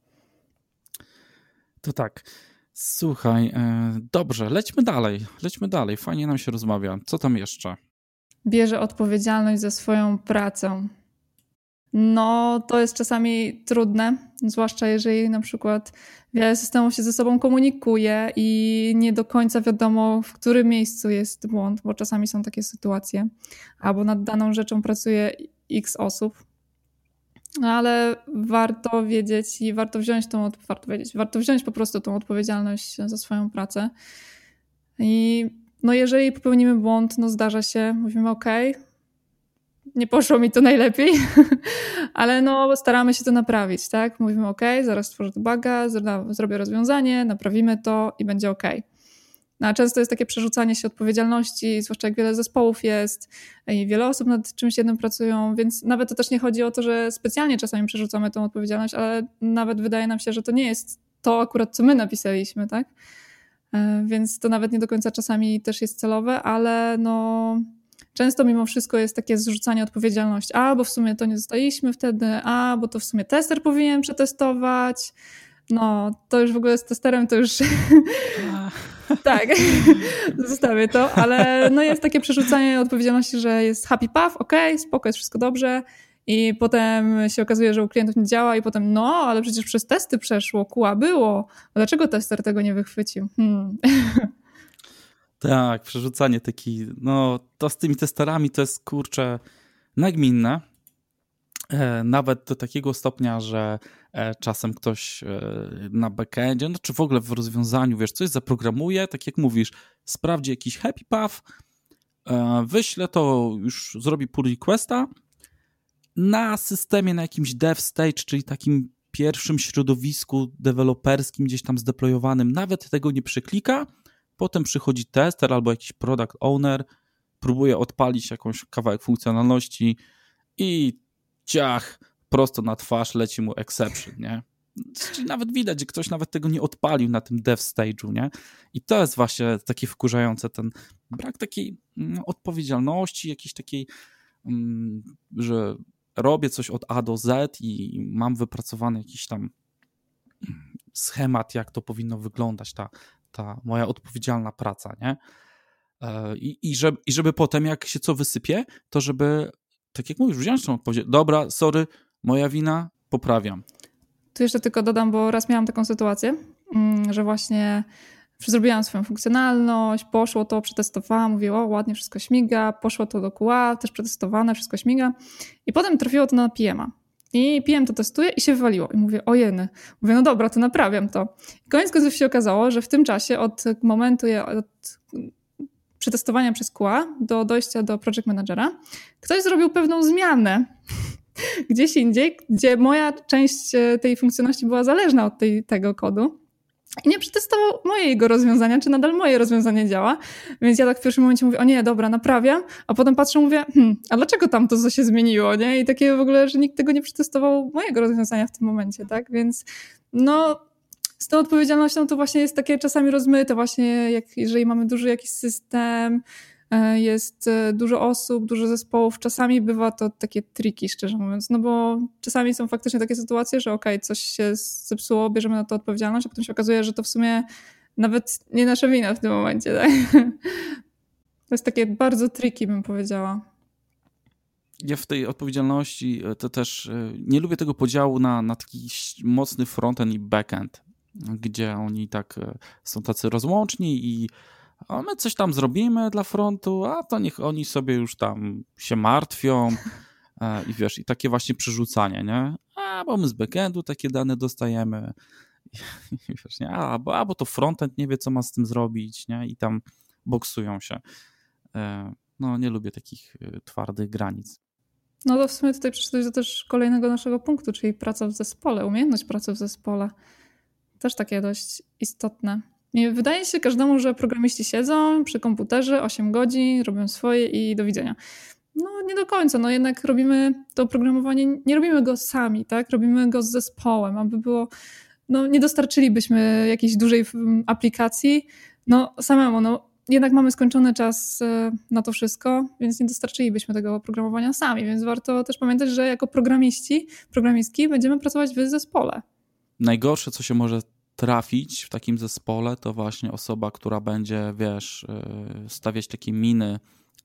To tak. Słuchaj, dobrze, lećmy dalej. Lećmy dalej. Fajnie nam się rozmawia. Co tam jeszcze? Bierze odpowiedzialność za swoją pracę. No, to jest czasami trudne, zwłaszcza jeżeli na przykład wiele systemów się ze sobą komunikuje i nie do końca wiadomo, w którym miejscu jest błąd, bo czasami są takie sytuacje, albo nad daną rzeczą pracuje x osób, no, ale warto wiedzieć i warto wziąć tą, warto wiedzieć, warto wziąć po prostu tą odpowiedzialność za swoją pracę. I no jeżeli popełnimy błąd, no zdarza się, mówimy okej, okay, nie poszło mi to najlepiej, ale no staramy się to naprawić, tak? Mówimy ok, zaraz stworzę to buga, zrobię rozwiązanie, naprawimy to i będzie ok. No a często jest takie przerzucanie się odpowiedzialności, zwłaszcza jak wiele zespołów jest i wiele osób nad czymś jednym pracują, więc nawet to też nie chodzi o to, że specjalnie czasami przerzucamy tą odpowiedzialność, ale nawet wydaje nam się, że to nie jest to akurat, co my napisaliśmy, tak? Więc to nawet nie do końca czasami też jest celowe, ale no... Często mimo wszystko jest takie zrzucanie odpowiedzialności. A, bo w sumie to nie zostaliśmy wtedy, a, bo to w sumie tester powinien przetestować. No, to już w ogóle z testerem to już... tak, zostawię to, ale no jest takie przerzucanie odpowiedzialności, że jest happy path, okej, okay, spoko, jest wszystko dobrze i potem się okazuje, że u klientów nie działa i potem no, ale przecież przez testy przeszło, kuła było. Dlaczego tester tego nie wychwycił? Hmm. Tak, przerzucanie taki, no to z tymi testerami to jest, kurczę, nagminne. E, nawet do takiego stopnia, że e, czasem ktoś e, na backendzie, no czy w ogóle w rozwiązaniu, wiesz, coś zaprogramuje, tak jak mówisz, sprawdzi jakiś happy path, e, wyśle to, już zrobi pull requesta na systemie, na jakimś dev stage, czyli takim pierwszym środowisku deweloperskim gdzieś tam zdeployowanym, nawet tego nie przeklika. Potem przychodzi tester albo jakiś product owner, próbuje odpalić jakąś kawałek funkcjonalności i ciach, prosto na twarz leci mu exception, nie? Czyli nawet widać, że ktoś nawet tego nie odpalił na tym dev stage'u, nie? I to jest właśnie takie wkurzające, ten brak takiej no, odpowiedzialności, jakiejś takiej, um, że robię coś od A do Z i mam wypracowany jakiś tam schemat, jak to powinno wyglądać, ta ta moja odpowiedzialna praca, nie? I, i, żeby, I żeby potem, jak się co wysypie, to żeby, tak jak mówisz, wziąć tą odpowiedź, dobra, sorry, moja wina, poprawiam. Tu jeszcze tylko dodam, bo raz miałam taką sytuację, że właśnie zrobiłam swoją funkcjonalność, poszło to, przetestowałam, mówię, o ładnie, wszystko śmiga, poszło to do Q A, też przetestowane, wszystko śmiga i potem trafiło to na P M a. I P M to testuje i się wywaliło. I mówię, ojeny. Mówię, no dobra, to naprawiam to. I koniec końców się okazało, że w tym czasie od momentu od przetestowania przez Q A do dojścia do project managera ktoś zrobił pewną zmianę gdzieś indziej, gdzie moja część tej funkcjonalności była zależna od tej, tego kodu. i nie przetestował mojego rozwiązania, czy nadal moje rozwiązanie działa. Więc ja tak w pierwszym momencie mówię, o nie, dobra, naprawiam, a potem patrzę, mówię, hm, a dlaczego tam to co się zmieniło, nie? I takie w ogóle, że nikt tego nie przetestował mojego rozwiązania w tym momencie, tak? Więc no z tą odpowiedzialnością to właśnie jest takie czasami rozmyte właśnie, jak, jeżeli mamy duży jakiś system, jest dużo osób, dużo zespołów, czasami bywa to takie triki, szczerze mówiąc, no bo czasami są faktycznie takie sytuacje, że okej, okay, coś się zepsuło, bierzemy na to odpowiedzialność, a potem się okazuje, że to w sumie nawet nie nasza wina w tym momencie, tak? To jest takie bardzo triki, bym powiedziała. Ja w tej odpowiedzialności to też nie lubię tego podziału na, na taki mocny frontend i backend, gdzie oni tak są tacy rozłączni i a my coś tam zrobimy dla frontu, a to niech oni sobie już tam się martwią i wiesz, i takie właśnie przerzucanie, nie? A, bo my z backendu takie dane dostajemy, i, wiesz, nie? A, bo, a, bo to frontend nie wie, co ma z tym zrobić, nie? I tam boksują się. No, nie lubię takich twardych granic. No to w sumie tutaj przeczytać do też kolejnego naszego punktu, czyli praca w zespole, umiejętność pracy w zespole. Też takie dość istotne. I wydaje się każdemu, że programiści siedzą przy komputerze osiem godzin, robią swoje i do widzenia. No nie do końca, no jednak robimy to oprogramowanie, nie robimy go sami, tak? Robimy go z zespołem, aby było, no nie dostarczylibyśmy jakiejś dużej aplikacji, no samemu, no jednak mamy skończony czas na to wszystko, więc nie dostarczylibyśmy tego oprogramowania sami, więc warto też pamiętać, że jako programiści, programistki będziemy pracować w zespole. Najgorsze, co się może trafić w takim zespole, to właśnie osoba, która będzie, wiesz, stawiać takie miny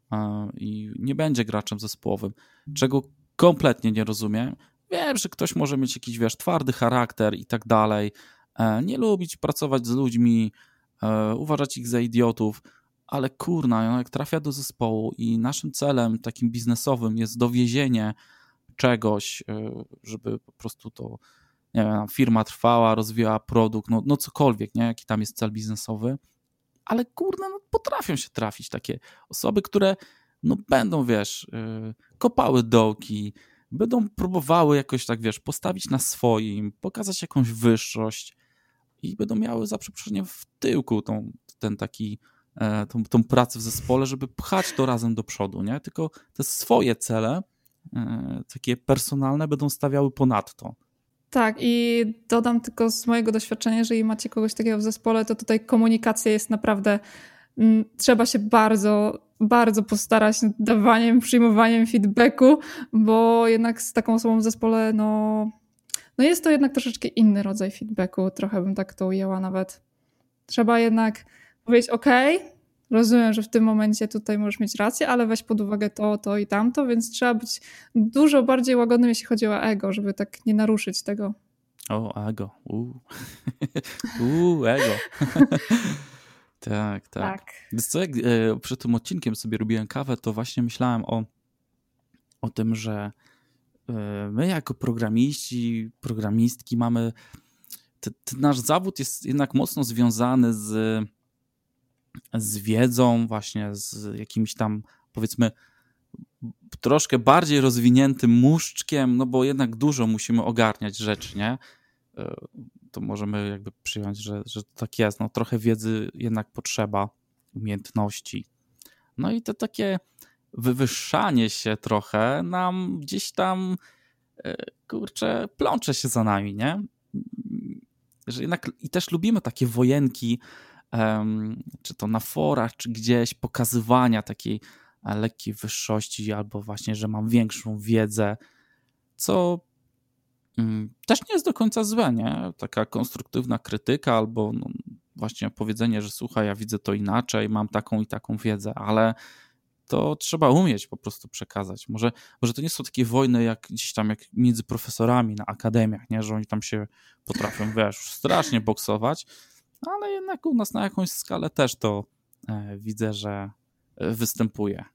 i nie będzie graczem zespołowym, czego kompletnie nie rozumiem. Wiem, że ktoś może mieć jakiś, wiesz, twardy charakter i tak dalej, nie lubić pracować z ludźmi, uważać ich za idiotów, ale kurna, jak trafia do zespołu i naszym celem takim biznesowym jest dowiezienie czegoś, żeby po prostu to, nie wiem, firma trwała, rozwijała produkt, no, no cokolwiek, nie, jaki tam jest cel biznesowy, ale kurna, no potrafią się trafić takie osoby, które no będą, wiesz, kopały dołki, będą próbowały jakoś tak, wiesz, postawić na swoim, pokazać jakąś wyższość i będą miały za przeproszeniem w tyłku tą, ten taki, tą, tą pracę w zespole, żeby pchać to razem do przodu, nie? Tylko te swoje cele, takie personalne, będą stawiały ponadto. Tak, i dodam tylko z mojego doświadczenia, jeżeli macie kogoś takiego w zespole, to tutaj komunikacja jest naprawdę, m, trzeba się bardzo, bardzo postarać nad dawaniem, przyjmowaniem feedbacku, bo jednak z taką osobą w zespole, no, no jest to jednak troszeczkę inny rodzaj feedbacku, trochę bym tak to ujęła nawet. Trzeba jednak powiedzieć, ok, rozumiem, że w tym momencie tutaj możesz mieć rację, ale weź pod uwagę to, to i tamto, więc trzeba być dużo bardziej łagodnym, jeśli chodzi o ego, żeby tak nie naruszyć tego. O, ego. Uuu, Uu, ego. tak, tak. tak. Więc co, jak e, przed tym odcinkiem sobie robiłem kawę, to właśnie myślałem o, o tym, że e, my jako programiści, programistki mamy, te, ten nasz zawód jest jednak mocno związany z z wiedzą, właśnie z jakimś tam, powiedzmy, troszkę bardziej rozwiniętym muszczkiem, no bo jednak dużo musimy ogarniać rzeczy, nie? To możemy jakby przyjąć, że, że tak jest. No, trochę wiedzy jednak potrzeba, umiejętności. No i to takie wywyższanie się trochę nam gdzieś tam, kurczę, plącze się za nami, nie? Że jednak i też lubimy takie wojenki, Um, czy to na forach, czy gdzieś pokazywania takiej lekkiej wyższości, albo właśnie, że mam większą wiedzę, co um, też nie jest do końca złe, nie? Taka konstruktywna krytyka, albo no, właśnie powiedzenie, że słuchaj, ja widzę to inaczej, mam taką i taką wiedzę, ale to trzeba umieć po prostu przekazać. Może, może to nie są takie wojny jak gdzieś tam jak między profesorami na akademiach, nie? Że oni tam się potrafią, wiesz, strasznie boksować, ale jednak u nas na jakąś skalę też to e, widzę, że występuje.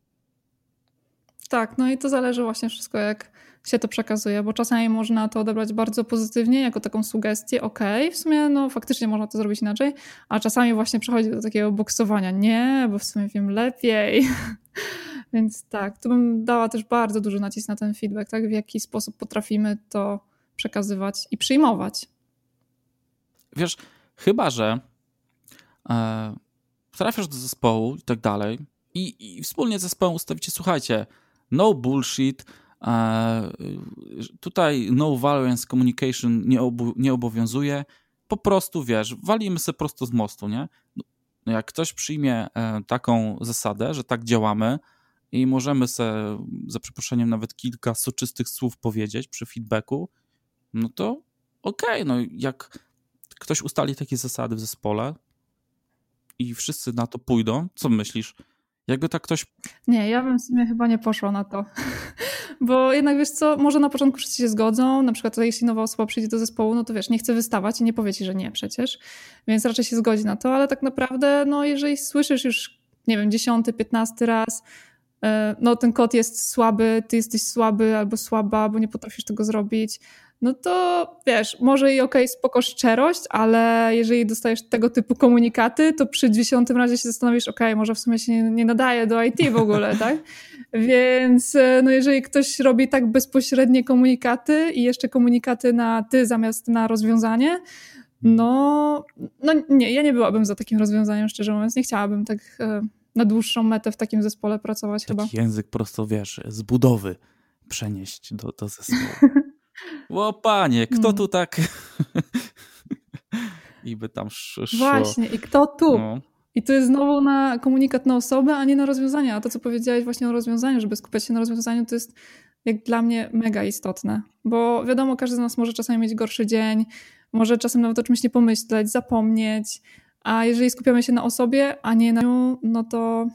Tak, no i to zależy właśnie wszystko, jak się to przekazuje, bo czasami można to odebrać bardzo pozytywnie, jako taką sugestię, okej, okay, w sumie no faktycznie można to zrobić inaczej, a czasami właśnie przechodzi do takiego boksowania, nie, bo w sumie wiem lepiej. Więc tak, tu bym dała też bardzo duży nacisk na ten feedback, tak, w jaki sposób potrafimy to przekazywać i przyjmować. Wiesz, Chyba że e, trafiasz do zespołu i tak dalej i, i wspólnie z zespołem ustawicie, słuchajcie, no bullshit, e, tutaj no variance communication nie, obu, nie obowiązuje, po prostu, wiesz, walimy sobie prosto z mostu, nie? No jak ktoś przyjmie e, taką zasadę, że tak działamy i możemy sobie, za przeproszeniem, nawet kilka soczystych słów powiedzieć przy feedbacku, no to okej, okay, no jak ktoś ustali takie zasady w zespole i wszyscy na to pójdą, co myślisz? Jakby tak ktoś... Nie, ja bym w sumie chyba nie poszła na to. Bo jednak wiesz co, może na początku wszyscy się zgodzą, na przykład tutaj, jeśli nowa osoba przyjdzie do zespołu, no to wiesz, nie chce wystawać i nie powie ci, że nie przecież, więc raczej się zgodzi na to, ale tak naprawdę, no jeżeli słyszysz już, nie wiem, dziesiąty, piętnasty raz, no ten kod jest słaby, ty jesteś słaby albo słaba, bo nie potrafisz tego zrobić, no to wiesz, może i okej, okay, spoko szczerość, ale jeżeli dostajesz tego typu komunikaty, to przy dziesiątym razie się zastanowisz, okej, okay, może w sumie się nie, nie nadaje do I T w ogóle, tak? Więc no jeżeli ktoś robi tak bezpośrednie komunikaty i jeszcze komunikaty na ty zamiast na rozwiązanie, no, no nie, ja nie byłabym za takim rozwiązaniem, szczerze mówiąc, nie chciałabym tak na dłuższą metę w takim zespole pracować Taki chyba. język prosto, wiesz, z budowy przenieść do, do zespołu. O panie, kto tu tak... I by tam szło. Właśnie, i kto tu? No. I to jest znowu na komunikat na osobę, a nie na rozwiązania. A to, co powiedziałeś właśnie o rozwiązaniu, żeby skupiać się na rozwiązaniu, to jest jak dla mnie mega istotne. Bo wiadomo, każdy z nas może czasami mieć gorszy dzień, może czasem nawet o czymś nie pomyśleć, zapomnieć, a jeżeli skupiamy się na osobie, a nie na nią, no to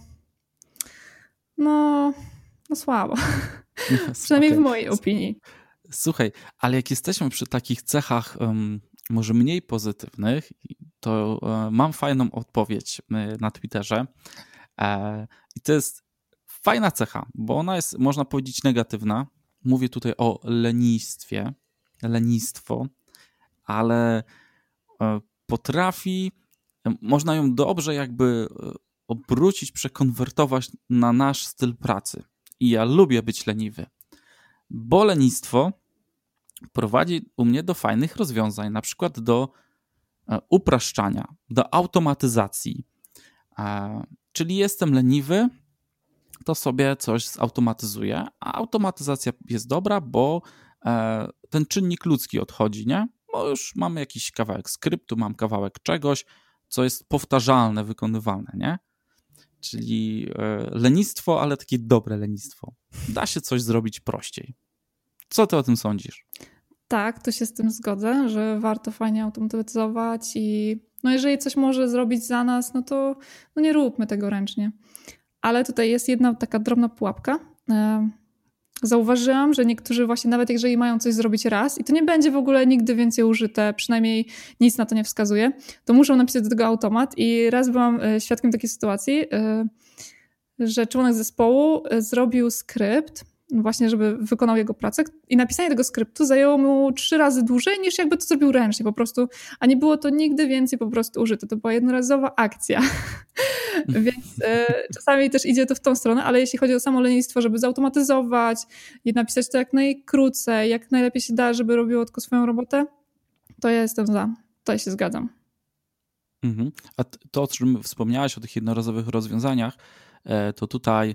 no, no słabo. Yes, przynajmniej okay. W mojej opinii. Słuchaj, ale jak jesteśmy przy takich cechach um, może mniej pozytywnych, to um, mam fajną odpowiedź na Twitterze e, i to jest fajna cecha, bo ona jest, można powiedzieć, negatywna. Mówię tutaj o lenistwie, lenistwo, ale e, potrafi, e, można ją dobrze jakby obrócić, przekonwertować na nasz styl pracy. I ja lubię być leniwy, bo lenistwo prowadzi u mnie do fajnych rozwiązań, na przykład do upraszczania, do automatyzacji. Czyli jestem leniwy, to sobie coś zautomatyzuję, a automatyzacja jest dobra, bo ten czynnik ludzki odchodzi, nie? Bo już mamy jakiś kawałek skryptu, mam kawałek czegoś, co jest powtarzalne, wykonywalne, nie? Czyli lenistwo, ale takie dobre lenistwo. Da się coś zrobić prościej. Co ty o tym sądzisz? Tak, to się z tym zgodzę, że warto fajnie automatyzować i no jeżeli coś może zrobić za nas, no to no nie róbmy tego ręcznie. Ale tutaj jest jedna taka drobna pułapka. Zauważyłam, że niektórzy właśnie nawet jeżeli mają coś zrobić raz i to nie będzie w ogóle nigdy więcej użyte, przynajmniej nic na to nie wskazuje, to muszą napisać do tego automat i raz byłam świadkiem takiej sytuacji, że członek zespołu zrobił skrypt, właśnie żeby wykonał jego pracę i napisanie tego skryptu zajęło mu trzy razy dłużej niż jakby to zrobił ręcznie po prostu, a nie było to nigdy więcej po prostu użyte. To była jednorazowa akcja. Więc y, czasami też idzie to w tą stronę, ale jeśli chodzi o samo lenistwo, żeby zautomatyzować i napisać to jak najkrócej, jak najlepiej się da, żeby robiło tylko swoją robotę, to ja jestem za. To ja się zgadzam. Mhm. A to, o czym wspomniałaś, o tych jednorazowych rozwiązaniach, to tutaj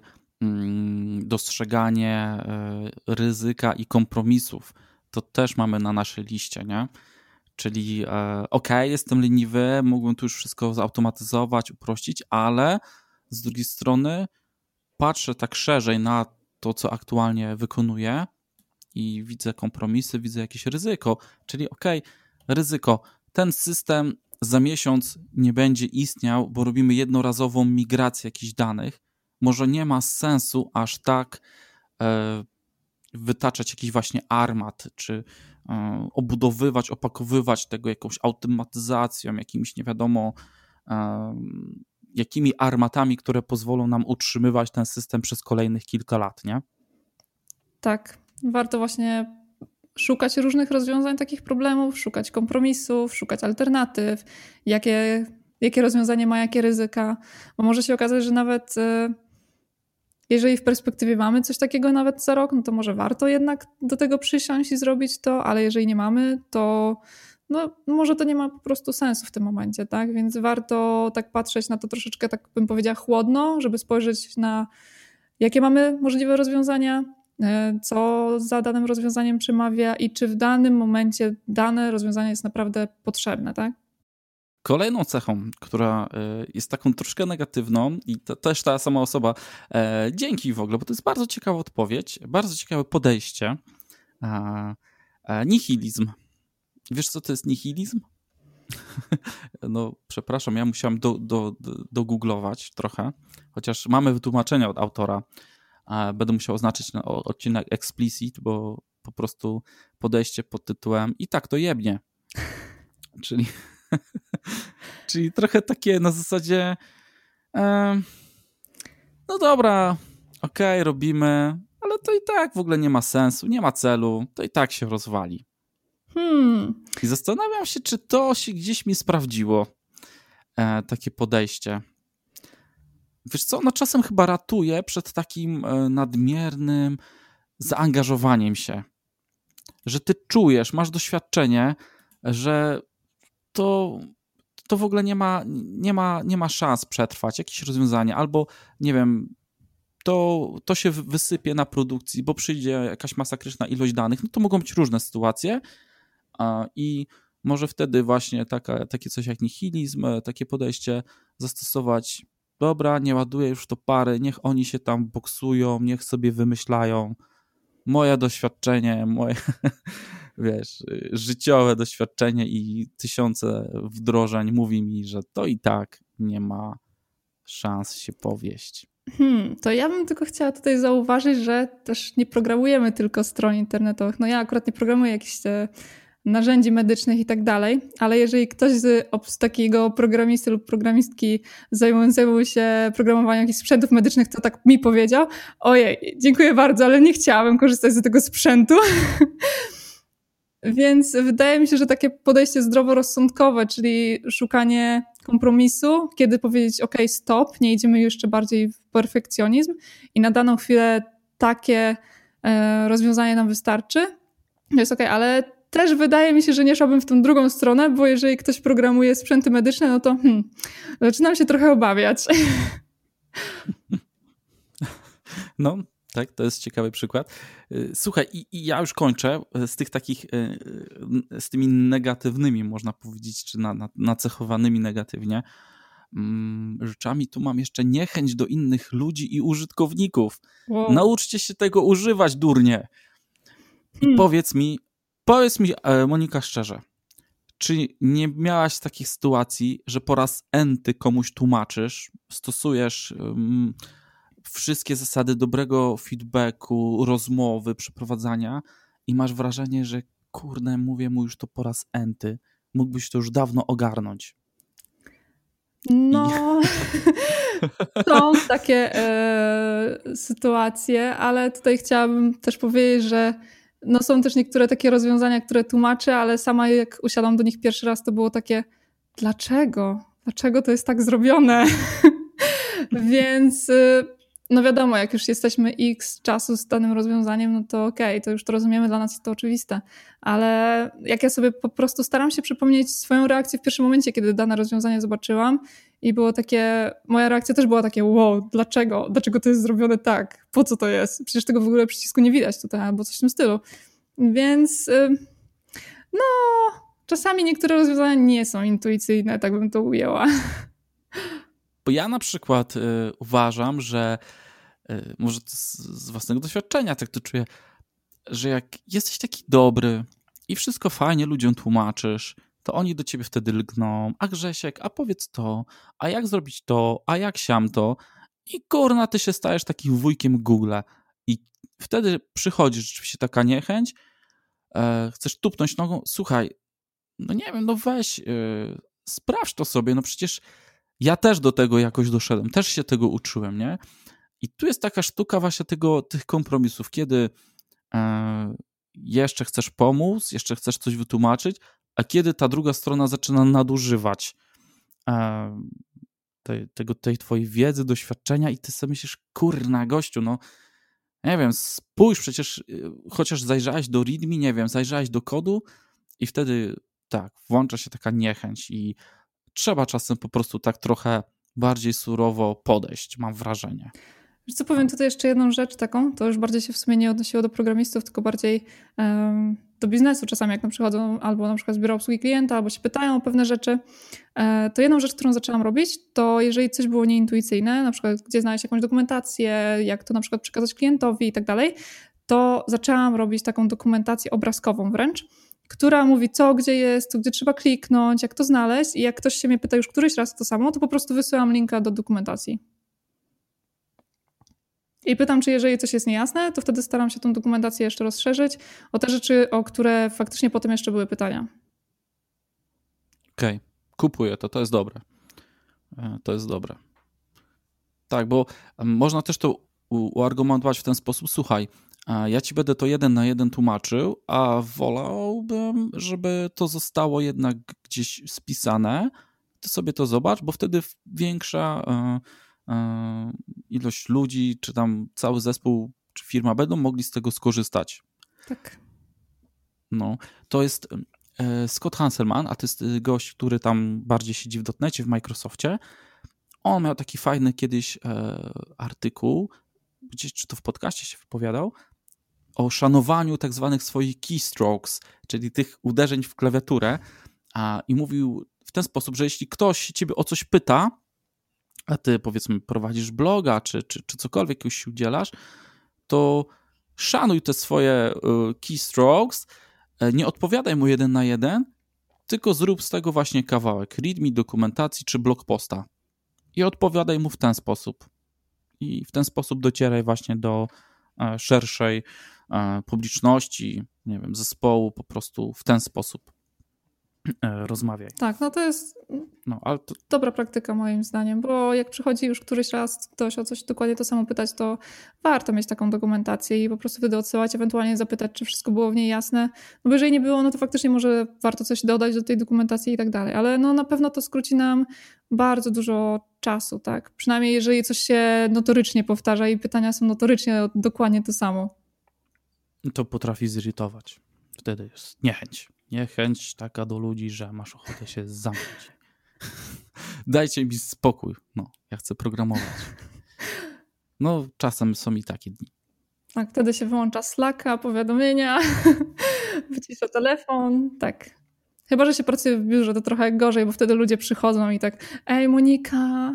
dostrzeganie ryzyka i kompromisów, to też mamy na naszej liście, nie? Czyli okej, okay, jestem leniwy, mógłbym tu już wszystko zautomatyzować, uprościć, ale z drugiej strony patrzę tak szerzej na to, co aktualnie wykonuję i widzę kompromisy, widzę jakieś ryzyko, czyli okej, okay, ryzyko, ten system za miesiąc nie będzie istniał, bo robimy jednorazową migrację jakichś danych, może nie ma sensu aż tak e, wytaczać jakiś właśnie armat, czy e, obudowywać, opakowywać tego jakąś automatyzacją, jakimiś nie wiadomo e, jakimi armatami, które pozwolą nam utrzymywać ten system przez kolejnych kilka lat, nie? Tak, warto właśnie szukać różnych rozwiązań takich problemów, szukać kompromisów, szukać alternatyw, jakie, jakie rozwiązanie ma jakie ryzyka, bo może się okazać, że nawet e, jeżeli w perspektywie mamy coś takiego nawet za rok, no to może warto jednak do tego przysiąść i zrobić to, ale jeżeli nie mamy, to no może to nie ma po prostu sensu w tym momencie, tak? Więc warto tak patrzeć na to troszeczkę, tak bym powiedziała, chłodno, żeby spojrzeć na jakie mamy możliwe rozwiązania, co za danym rozwiązaniem przemawia i czy w danym momencie dane rozwiązanie jest naprawdę potrzebne, tak? Kolejną cechą, która jest taką troszkę negatywną i to też ta sama osoba, e, dzięki w ogóle, bo to jest bardzo ciekawa odpowiedź, bardzo ciekawe podejście, e, e, nihilizm. Wiesz, co to jest nihilizm? No, przepraszam, ja musiałem do, do, do, dogooglować trochę, chociaż mamy wytłumaczenia od autora. Będę musiał oznaczyć na odcinek explicit, bo po prostu podejście pod tytułem i tak to jebnie. Czyli, czyli trochę takie na zasadzie e, no dobra, okej, okay, robimy, ale to i tak w ogóle nie ma sensu, nie ma celu, to i tak się rozwali. Hmm. I zastanawiam się, czy to się gdzieś mi sprawdziło, e, takie podejście. Wiesz co, no czasem chyba ratuje przed takim e, nadmiernym zaangażowaniem się. Że ty czujesz, masz doświadczenie, że to, to w ogóle nie ma, nie ma, nie ma szans przetrwać, jakieś rozwiązanie, albo nie wiem, to, to się wysypie na produkcji, bo przyjdzie jakaś masakryczna ilość danych, no to mogą być różne sytuacje a, i może wtedy właśnie taka, takie coś jak nihilizm, takie podejście zastosować, dobra, nie ładuję już to pary, niech oni się tam boksują, niech sobie wymyślają, moje doświadczenie, moje, wiesz, życiowe doświadczenie i tysiące wdrożeń mówi mi, że to i tak nie ma szans się powieść. Hmm, to ja bym tylko chciała tutaj zauważyć, że też nie programujemy tylko stron internetowych. No ja akurat nie programuję jakichś narzędzi medycznych i tak dalej, ale jeżeli ktoś z, z takiego programisty lub programistki zajmującego się programowaniem jakichś sprzętów medycznych, to tak mi powiedział, ojej, dziękuję bardzo, ale nie chciałabym korzystać z tego sprzętu. Więc wydaje mi się, że takie podejście zdroworozsądkowe, czyli szukanie kompromisu, kiedy powiedzieć ok, stop, nie idziemy jeszcze bardziej w perfekcjonizm i na daną chwilę takie e, rozwiązanie nam wystarczy, to jest ok, ale też wydaje mi się, że nie szłabym w tą drugą stronę, bo jeżeli ktoś programuje sprzęty medyczne, no to hmm, zaczynam się trochę obawiać. No, tak, to jest ciekawy przykład. Słuchaj, i, i ja już kończę z tych takich, z tymi negatywnymi, można powiedzieć, czy na, na, nacechowanymi negatywnie rzeczami. Tu mam jeszcze niechęć do innych ludzi i użytkowników. Wow. Nauczcie się tego używać, durnie. I hmm. powiedz mi, powiedz mi, Monika, szczerze, czy nie miałaś takich sytuacji, że po raz enty komuś tłumaczysz, stosujesz um, wszystkie zasady dobrego feedbacku, rozmowy, przeprowadzania i masz wrażenie, że kurde, mówię mu już to po raz enty, mógłbyś to już dawno ogarnąć? No, I... są takie e, sytuacje, ale tutaj chciałabym też powiedzieć, że no są też niektóre takie rozwiązania, które tłumaczę, ale sama jak usiadłam do nich pierwszy raz, to było takie, dlaczego? Dlaczego to jest tak zrobione? Więc no wiadomo, jak już jesteśmy x czasu z danym rozwiązaniem, no to okej, okay, to już to rozumiemy, dla nas jest to oczywiste. Ale jak ja sobie po prostu staram się przypomnieć swoją reakcję w pierwszym momencie, kiedy dane rozwiązanie zobaczyłam i było takie, moja reakcja też była takie, wow, dlaczego? Dlaczego to jest zrobione tak? Po co to jest? Przecież tego w ogóle przycisku nie widać tutaj, albo coś w tym stylu. Więc no, czasami niektóre rozwiązania nie są intuicyjne, tak bym to ujęła. Bo ja na przykład y, uważam, że y, może z, z własnego doświadczenia tak to czuję, że jak jesteś taki dobry i wszystko fajnie ludziom tłumaczysz, to oni do ciebie wtedy lgną, a Grzesiek, a powiedz to, a jak zrobić to, a jak siam to i kurna, ty się stajesz takim wujkiem Google i wtedy przychodzi rzeczywiście taka niechęć, e, chcesz tupnąć nogą, słuchaj, no nie wiem, no weź, y, sprawdź to sobie, no przecież ja też do tego jakoś doszedłem, też się tego uczyłem, nie? I tu jest taka sztuka właśnie tego, tych kompromisów, kiedy e, jeszcze chcesz pomóc, jeszcze chcesz coś wytłumaczyć, a kiedy ta druga strona zaczyna nadużywać e, tej, tego, tej twojej wiedzy, doświadczenia i ty sobie myślisz, kurna gościu, no nie wiem, spójrz, przecież chociaż zajrzałeś do readme, nie wiem, zajrzałeś do kodu i wtedy tak, włącza się taka niechęć i trzeba czasem po prostu tak trochę bardziej surowo podejść, mam wrażenie. Wiesz co, powiem tutaj jeszcze jedną rzecz taką, to już bardziej się w sumie nie odnosiło do programistów, tylko bardziej um, do biznesu czasami, jak nam przychodzą albo na przykład z biura obsługi klienta, albo się pytają o pewne rzeczy, e, to jedną rzecz, którą zaczęłam robić, to jeżeli coś było nieintuicyjne, na przykład gdzie znaleźć jakąś dokumentację, jak to na przykład przekazać klientowi i tak dalej, to zaczęłam robić taką dokumentację obrazkową wręcz, która mówi co, gdzie jest, gdzie trzeba kliknąć, jak to znaleźć i jak ktoś się mnie pyta już któryś raz to samo, to po prostu wysyłam linka do dokumentacji. I pytam, czy jeżeli coś jest niejasne, to wtedy staram się tą dokumentację jeszcze rozszerzyć o te rzeczy, o które faktycznie potem jeszcze były pytania. Okej, okay. Kupuję to, to jest dobre. To jest dobre. Tak, bo można też to uargumentować w ten sposób. Słuchaj, ja ci będę to jeden na jeden tłumaczył, a wolałbym, żeby to zostało jednak gdzieś spisane. Ty sobie to zobacz, bo wtedy większa ilość ludzi, czy tam cały zespół, czy firma będą mogli z tego skorzystać. Tak. No, to jest Scott Hanselman, a to jest gość, który tam bardziej siedzi w dotnecie, w Microsoftie. On miał taki fajny kiedyś artykuł, gdzieś czy to w podcaście się wypowiadał, o szanowaniu tak zwanych swoich keystrokes, czyli tych uderzeń w klawiaturę, a, i mówił w ten sposób, że jeśli ktoś ciebie o coś pyta, a ty powiedzmy prowadzisz bloga, czy, czy, czy cokolwiek już się udzielasz, to szanuj te swoje y, keystrokes, nie odpowiadaj mu jeden na jeden, tylko zrób z tego właśnie kawałek readme, dokumentacji czy blog posta i odpowiadaj mu w ten sposób. I w ten sposób docieraj właśnie do e, szerszej e, publiczności, nie wiem, zespołu, po prostu w ten sposób e, rozmawiaj. Tak, no to jest no, ale to... dobra praktyka moim zdaniem, bo jak przychodzi już któryś raz ktoś o coś dokładnie to samo pytać, to warto mieć taką dokumentację i po prostu wtedy odsyłać, ewentualnie zapytać, czy wszystko było w niej jasne. No bo jeżeli nie było, no to faktycznie może warto coś dodać do tej dokumentacji i tak dalej, ale no na pewno to skróci nam bardzo dużo czasu, tak? Przynajmniej jeżeli coś się notorycznie powtarza i pytania są notorycznie dokładnie to samo. To potrafi zirytować. Wtedy jest niechęć. Niechęć taka do ludzi, że masz ochotę się zamknąć. Dajcie mi spokój. No, ja chcę programować. No, czasem są i takie dni. Tak, wtedy się wyłącza Slacka, powiadomienia, wycisza telefon, tak. Chyba że się pracuje w biurze, to trochę gorzej, bo wtedy ludzie przychodzą i tak, ej Monika.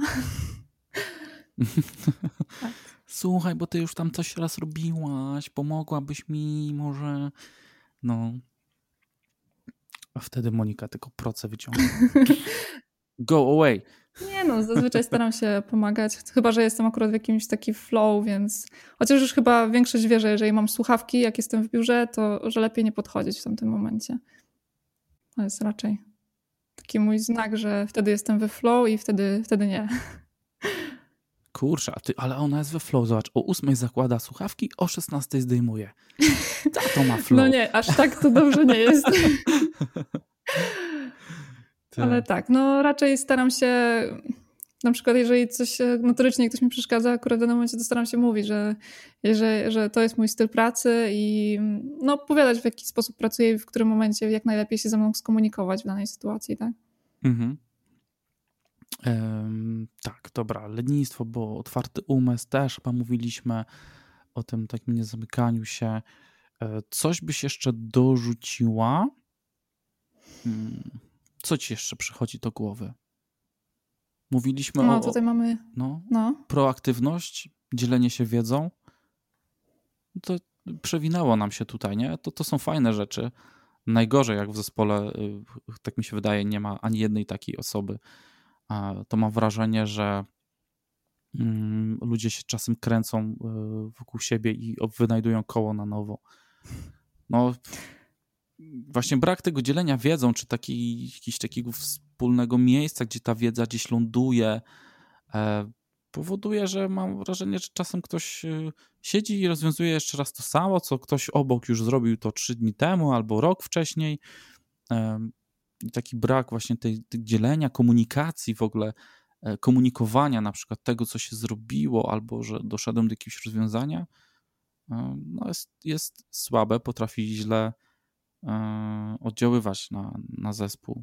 Tak. Słuchaj, bo ty już tam coś raz robiłaś, pomogłabyś mi może. No. A wtedy Monika tylko proce wyciąga. Go away. Nie no, zazwyczaj staram się pomagać, chyba że jestem akurat w jakimś taki flow, więc chociaż już chyba większość wie, że jeżeli mam słuchawki, jak jestem w biurze, to że lepiej nie podchodzić w tamtym momencie. To jest raczej taki mój znak, że wtedy jestem we flow i wtedy, wtedy nie. Kurczę, a ty, ale ona jest we flow. Zobacz, o ósmej zakłada słuchawki, o szesnastej zdejmuje. To ma flow. No nie, aż tak to dobrze nie jest. Ale tak, no raczej staram się, na przykład jeżeli coś notorycznie ktoś mi przeszkadza akurat w danym momencie, to staram się mówić, że, że, że to jest mój styl pracy i no opowiadać w jaki sposób pracuję i w którym momencie jak najlepiej się ze mną skomunikować w danej sytuacji, tak? Mhm. Um, tak, dobra, lenistwo, bo otwarty umysł też chyba mówiliśmy o tym takim niezamykaniu się. Coś byś jeszcze dorzuciła? Hmm. Co ci jeszcze przychodzi do głowy? Mówiliśmy no, o... tutaj mamy... No, no. proaktywność, dzielenie się wiedzą. To przewinęło nam się tutaj, nie? To, to są fajne rzeczy. Najgorzej, jak w zespole, tak mi się wydaje, nie ma ani jednej takiej osoby. To mam wrażenie, że mm, ludzie się czasem kręcą wokół siebie i wynajdują koło na nowo. No... Właśnie brak tego dzielenia wiedzą, czy taki, jakiegoś takiego wspólnego miejsca, gdzie ta wiedza gdzieś ląduje, e, powoduje, że mam wrażenie, że czasem ktoś e, siedzi i rozwiązuje jeszcze raz to samo, co ktoś obok już zrobił to trzy dni temu albo rok wcześniej. E, i taki brak właśnie tej, tej dzielenia, komunikacji w ogóle, e, komunikowania na przykład tego, co się zrobiło, albo że doszedłem do jakiegoś rozwiązania, e, no jest, jest słabe, potrafi źle e, oddziaływać na, na zespół.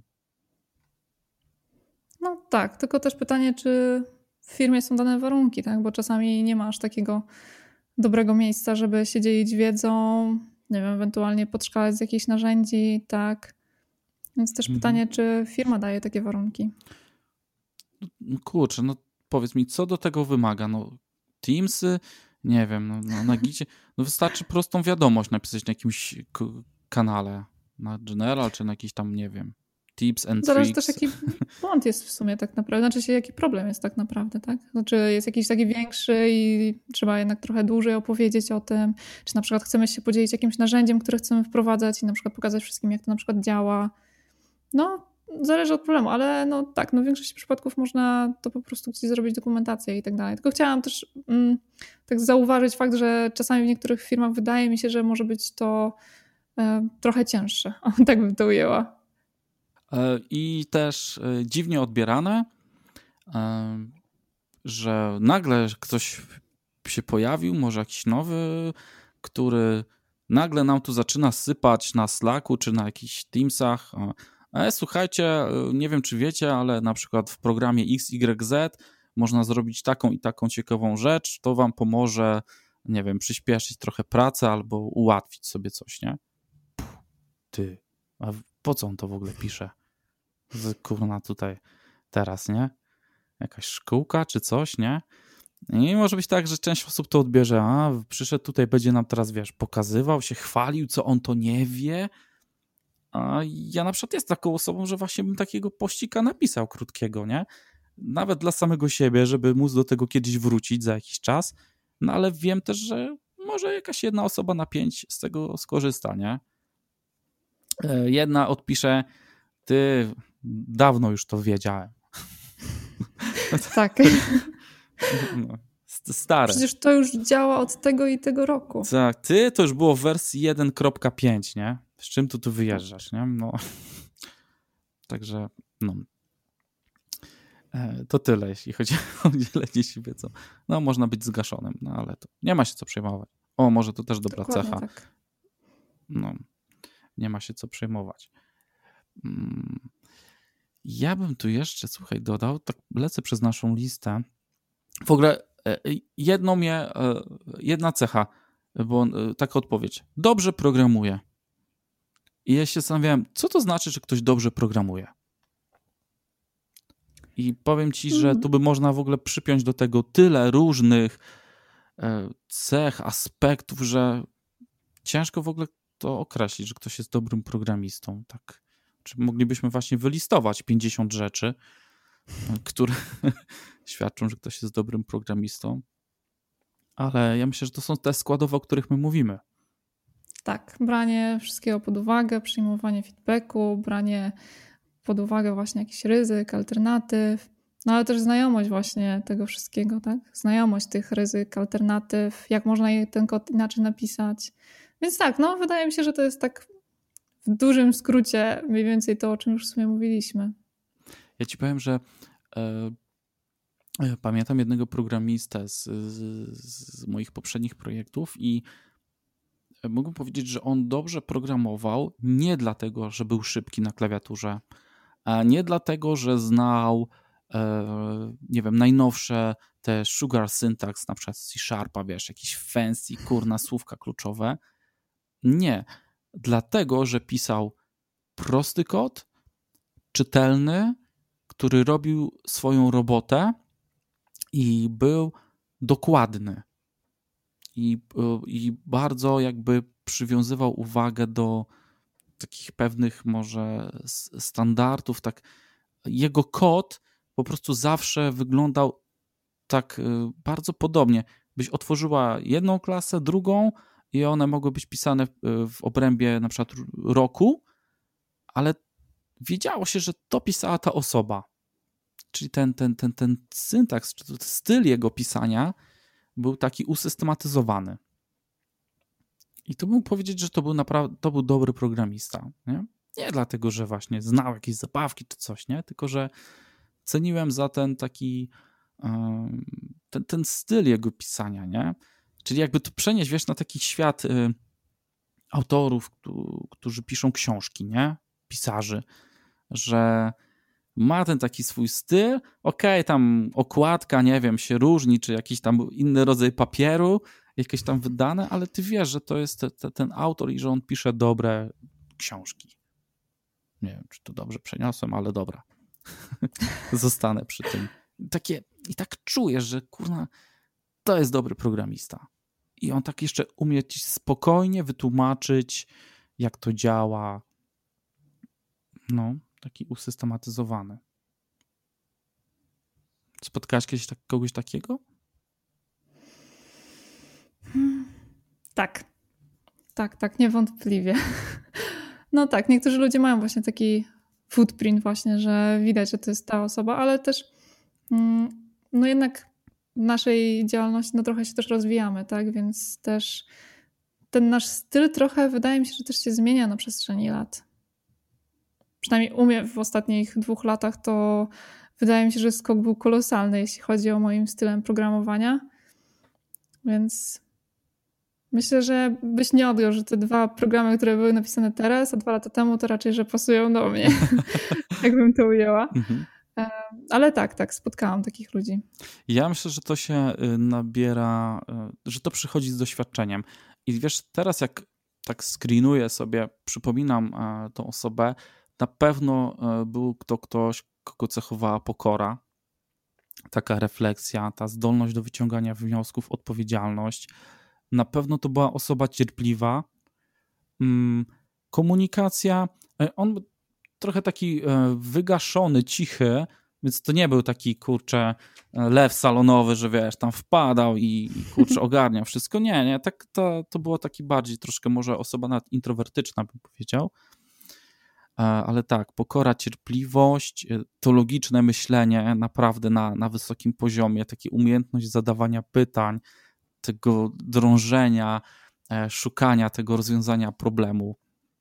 No tak, tylko też pytanie, czy w firmie są dane warunki, tak? Bo czasami nie masz takiego dobrego miejsca, żeby się dzielić wiedzą, nie wiem, ewentualnie podszkalać z jakichś narzędzi, tak? Więc też Mhm. pytanie, czy firma daje takie warunki? No kurczę, no powiedz mi, co do tego wymaga? No Teamsy, nie wiem, no, no na gicie, no wystarczy prostą wiadomość napisać na jakimś k- kanale, na General, czy na jakiś tam, nie wiem, tips and Zależy też, tricks. jaki błąd jest w sumie tak naprawdę, znaczy się, jaki problem jest tak naprawdę, tak? Znaczy jest jakiś taki większy i trzeba jednak trochę dłużej opowiedzieć o tym, czy na przykład chcemy się podzielić jakimś narzędziem, które chcemy wprowadzać i na przykład pokazać wszystkim, jak to na przykład działa. No, zależy od problemu, ale no tak, no w większości przypadków można to po prostu gdzieś zrobić dokumentację i tak dalej. Tylko chciałam też mm, tak zauważyć fakt, że czasami w niektórych firmach wydaje mi się, że może być to e, trochę cięższe. O, tak bym to ujęła. E, I też e, dziwnie odbierane, e, że nagle ktoś się pojawił, może jakiś nowy, który nagle nam tu zaczyna sypać na Slacku czy na jakichś Teamsach. E, słuchajcie, nie wiem czy wiecie, ale na przykład w programie X Y Z można zrobić taką i taką ciekawą rzecz, to wam pomoże, nie wiem, przyspieszyć trochę pracę albo ułatwić sobie coś, nie? Puh, ty, a po co on to w ogóle pisze? Kurna tutaj teraz, nie? Jakaś szkółka czy coś, nie? I może być tak, że część osób to odbierze, a przyszedł tutaj, będzie nam teraz, wiesz, pokazywał, się chwalił, co on to nie wie. A ja na przykład jest taką osobą, że właśnie bym takiego pościka napisał krótkiego, nie? Nawet dla samego siebie, żeby móc do tego kiedyś wrócić za jakiś czas. No ale wiem też, że może jakaś jedna osoba na pięć z tego skorzysta, nie? Jedna odpisze, ty, dawno już to wiedziałem. Tak. No, stare. Przecież to już działa od tego i tego roku. Tak, ty to już było w wersji jeden kropka pięć, nie? Z czym tu tu wyjeżdżasz, nie? No. Także, no. E, to tyle, jeśli chodzi o dzielenie się wiedzą. No, można być zgaszonym, no ale to nie ma się co przejmować. O, może to też dobra Dokładnie cecha. tak. No, nie ma się co przejmować. Mm. Ja bym tu jeszcze, słuchaj, dodał, tak lecę przez naszą listę. W ogóle jedno mnie, jedna cecha, bo taka odpowiedź. Dobrze programuje. I ja się zastanawiałem, co to znaczy, że ktoś dobrze programuje? I powiem ci, że tu by można w ogóle przypiąć do tego tyle różnych cech, aspektów, że ciężko w ogóle to określić, że ktoś jest dobrym programistą. Tak. Czy moglibyśmy właśnie wylistować pięćdziesiąt rzeczy, które świadczą, że ktoś jest dobrym programistą. Ale ja myślę, że to są te składowe, o których my mówimy. Tak, branie wszystkiego pod uwagę, przyjmowanie feedbacku, branie pod uwagę właśnie jakichś ryzyk, alternatyw, no ale też znajomość właśnie tego wszystkiego, tak? Znajomość tych ryzyk, alternatyw, jak można ten kod inaczej napisać. Więc tak, no wydaje mi się, że to jest tak w dużym skrócie mniej więcej to, o czym już w sumie mówiliśmy. Ja ci powiem, że e, pamiętam jednego programistę z, z, z moich poprzednich projektów i mogę powiedzieć, że on dobrze programował nie dlatego, że był szybki na klawiaturze, a nie dlatego, że znał e, nie wiem, najnowsze te sugar syntax, na przykład C Sharpa, wiesz, jakieś fancy, kurna słówka kluczowe. Nie. Dlatego, że pisał prosty kod, czytelny, który robił swoją robotę i był dokładny. I, i bardzo jakby przywiązywał uwagę do takich pewnych może standardów. Tak. Jego kod po prostu zawsze wyglądał tak bardzo podobnie. Byś otworzyła jedną klasę, drugą i one mogły być pisane w obrębie na przykład roku, ale wiedziało się, że to pisała ta osoba. Czyli ten, ten, ten, ten syntaks, czy styl jego pisania był taki usystematyzowany. I to mógł powiedzieć, że to był naprawdę, to był dobry programista. Nie? Nie dlatego, że właśnie znał jakieś zabawki czy coś, nie? Tylko że ceniłem za ten taki ten, ten styl jego pisania, nie? Czyli jakby to przenieść, wiesz, na taki świat autorów, którzy piszą książki, nie? Pisarzy, że ma ten taki swój styl, okej, okay, tam okładka, nie wiem, się różni, czy jakiś tam inny rodzaj papieru, jakieś tam wydane, ale ty wiesz, że to jest te, te, ten autor i że on pisze dobre książki. Nie wiem, czy to dobrze przeniosłem, ale dobra. Zostanę przy tym. Takie, i tak czujesz, że kurna, to jest dobry programista. I on tak jeszcze umie ci spokojnie wytłumaczyć, jak to działa. No, taki usystematyzowany. Spotkałaś kiedyś tak, kogoś takiego? Hmm. Tak. Tak, tak, niewątpliwie. No tak, niektórzy ludzie mają właśnie taki footprint właśnie, że widać, że to jest ta osoba, ale też no jednak w naszej działalności no trochę się też rozwijamy, tak, więc też ten nasz styl trochę wydaje mi się, że też się zmienia na przestrzeni lat. Przynajmniej u mnie w ostatnich dwóch latach to wydaje mi się, że skok był kolosalny, jeśli chodzi o moim stylem programowania, więc myślę, że byś nie odjął, że te dwa programy, które były napisane teraz, a dwa lata temu, to raczej, że pasują do mnie, jakbym to ujęła. Mhm. Ale tak, tak, spotkałam takich ludzi. Ja myślę, że to się nabiera, że to przychodzi z doświadczeniem. I wiesz, teraz jak tak screenuję sobie, przypominam tą osobę, na pewno był to ktoś, kogo cechowała pokora, taka refleksja, ta zdolność do wyciągania wniosków, odpowiedzialność. Na pewno to była osoba cierpliwa. Komunikacja, on trochę taki wygaszony, cichy, więc to nie był taki, kurczę, lew salonowy, że wiesz, tam wpadał i, i kurczę, ogarniał wszystko. Nie, nie, tak to, to było taki bardziej troszkę może osoba nawet introwertyczna, bym powiedział. Ale tak, pokora, cierpliwość, to logiczne myślenie naprawdę na, na wysokim poziomie, taka umiejętność zadawania pytań, tego drążenia, szukania tego rozwiązania problemu.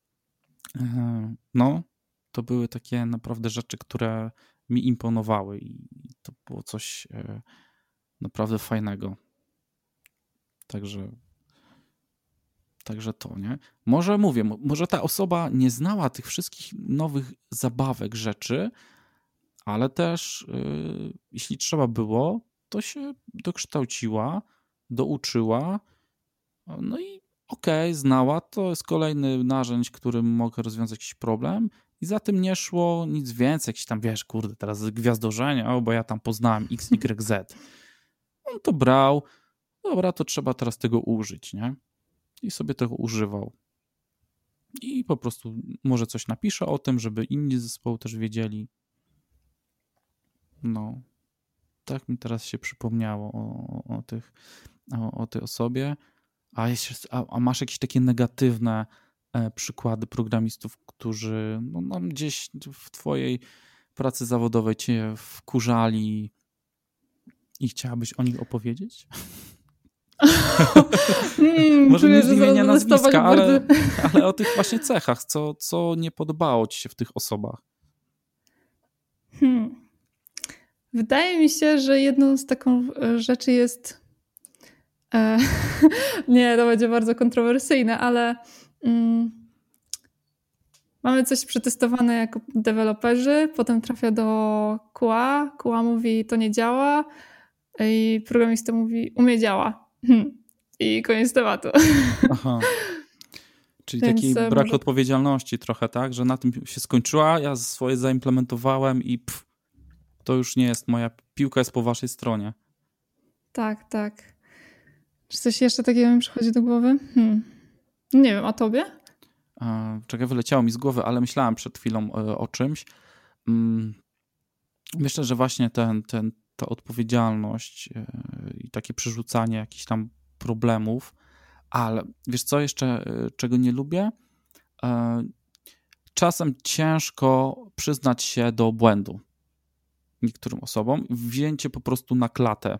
No, to były takie naprawdę rzeczy, które mi imponowały i to było coś naprawdę fajnego. Także, także to, nie? Może mówię, może ta osoba nie znała tych wszystkich nowych zabawek, rzeczy, ale też yy, jeśli trzeba było, to się dokształciła, douczyła, no i okej, okay, znała, to jest kolejny narzędź, którym mogę rozwiązać jakiś problem i za tym nie szło nic więcej, jakiś tam, wiesz, kurde, teraz gwiazdorzenie, o, bo ja tam poznałem X, Y, Z. On to brał, dobra, to trzeba teraz tego użyć, nie? I sobie tego używał. I po prostu może coś napisze o tym, żeby inni z zespołu też wiedzieli. No, tak mi teraz się przypomniało o, o, tych, o, o tej osobie. A, jest, a, a masz jakieś takie negatywne e, przykłady programistów, którzy no, no, gdzieś w twojej pracy zawodowej cię wkurzali i chciałabyś o nich opowiedzieć? hmm, Może czuję, nie z imienia nazwiska, ale, bardzo... ale o tych właśnie cechach, co, co nie podobało ci się w tych osobach. Hmm. Wydaje mi się, że jedną z taką rzeczy jest e, nie, to będzie bardzo kontrowersyjne, ale mm, mamy coś przetestowane jako deweloperzy, potem trafia do Q A, Q A mówi to nie działa i programista mówi umie działa. Hmm. I koniec tematu. Aha. Czyli Więc taki brak może... odpowiedzialności trochę, tak? Że na tym się skończyła, ja swoje zaimplementowałem i pff, to już nie jest moja, piłka jest po waszej stronie. Tak, tak. Czy coś jeszcze takiego mi przychodzi do głowy? Hmm. Nie wiem, a tobie? Czekaj, wyleciało mi z głowy, ale myślałem przed chwilą o czymś. Myślę, że właśnie ten, ten, ta odpowiedzialność i takie przerzucanie jakichś tam problemów, ale wiesz co jeszcze, czego nie lubię? Czasem ciężko przyznać się do błędu niektórym osobom, wzięcie po prostu na klatę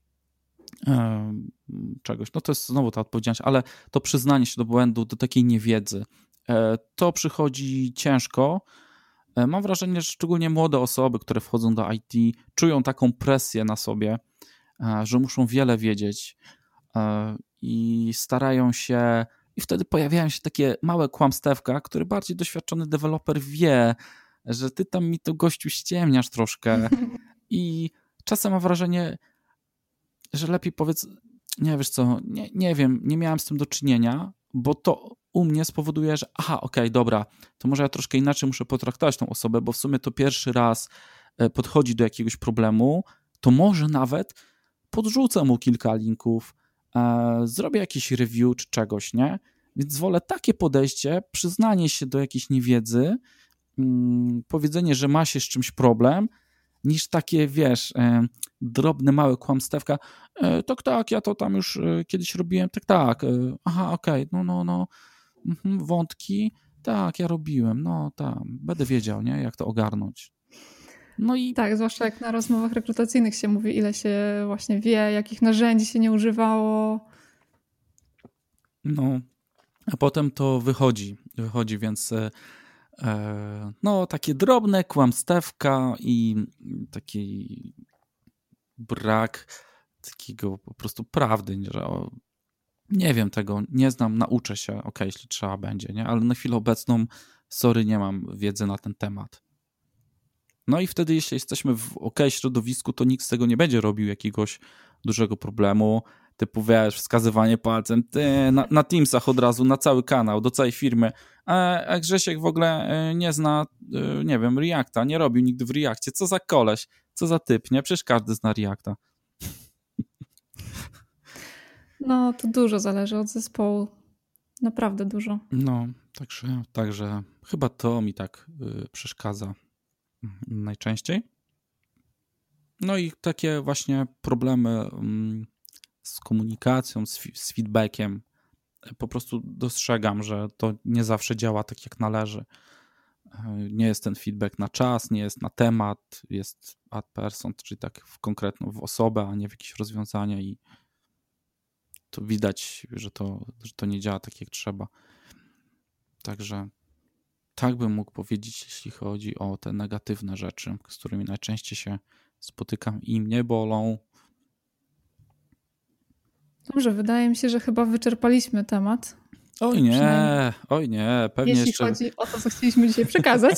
czegoś. No to jest znowu ta odpowiedzialność, ale to przyznanie się do błędu, do takiej niewiedzy, to przychodzi ciężko. Mam wrażenie, że szczególnie młode osoby, które wchodzą do I T, czują taką presję na sobie, że muszą wiele wiedzieć i starają się i wtedy pojawiają się takie małe kłamstewka, które bardziej doświadczony deweloper wie, że ty tam mi to gościu ściemniasz troszkę i czasem mam wrażenie, że lepiej powiedz, nie wiesz co, nie, nie wiem, nie miałem z tym do czynienia, bo to u mnie spowoduje, że aha, okej, okay, dobra, to może ja troszkę inaczej muszę potraktować tą osobę, bo w sumie to pierwszy raz podchodzi do jakiegoś problemu, to może nawet podrzucę mu kilka linków, e, zrobię jakiś review czy czegoś, nie? Więc wolę takie podejście, przyznanie się do jakiejś niewiedzy, mm, powiedzenie, że ma się z czymś problem, niż takie, wiesz, e, drobne, małe kłamstewka. E, tak, tak, ja to tam już e, kiedyś robiłem, tak, tak, e, aha, okej, okay, no, no, no, mhm, wątki, tak, ja robiłem, no, tam, będę wiedział, nie, jak to ogarnąć. No i... Tak, zwłaszcza jak na rozmowach rekrutacyjnych się mówi, ile się właśnie wie, jakich narzędzi się nie używało. No, a potem to wychodzi, wychodzi, więc e, no takie drobne kłamstewka i taki brak takiego po prostu prawdy, że o, nie wiem tego, nie znam, nauczę się, okej, okay, jeśli trzeba będzie, nie? Ale na chwilę obecną, sorry, nie mam wiedzy na ten temat. No i wtedy, jeśli jesteśmy w OK środowisku, to nikt z tego nie będzie robił jakiegoś dużego problemu, typu, wiesz, wskazywanie palcem, ty, na, na Teamsach od razu, na cały kanał, do całej firmy, a, a Grzesiek w ogóle nie zna, nie wiem, Reacta, nie robił nigdy w Reactie, co za koleś, co za typ, nie? Przecież każdy zna Reacta. No, to dużo zależy od zespołu, naprawdę dużo. No, także, także chyba to mi tak y, przeszkadza najczęściej. No i takie właśnie problemy z komunikacją, z, z feedbackiem. Po prostu dostrzegam, że to nie zawsze działa tak, jak należy. Nie jest ten feedback na czas, nie jest na temat, jest ad person, czyli tak w konkretną w osobę, a nie w jakieś rozwiązania i to widać, że to, że to nie działa tak, jak trzeba. Także tak bym mógł powiedzieć, jeśli chodzi o te negatywne rzeczy, z którymi najczęściej się spotykam i mnie bolą. Dobrze, wydaje mi się, że chyba wyczerpaliśmy temat. Oj nie, oj nie, pewnie jeśli jeszcze... chodzi o to, co chcieliśmy dzisiaj przekazać.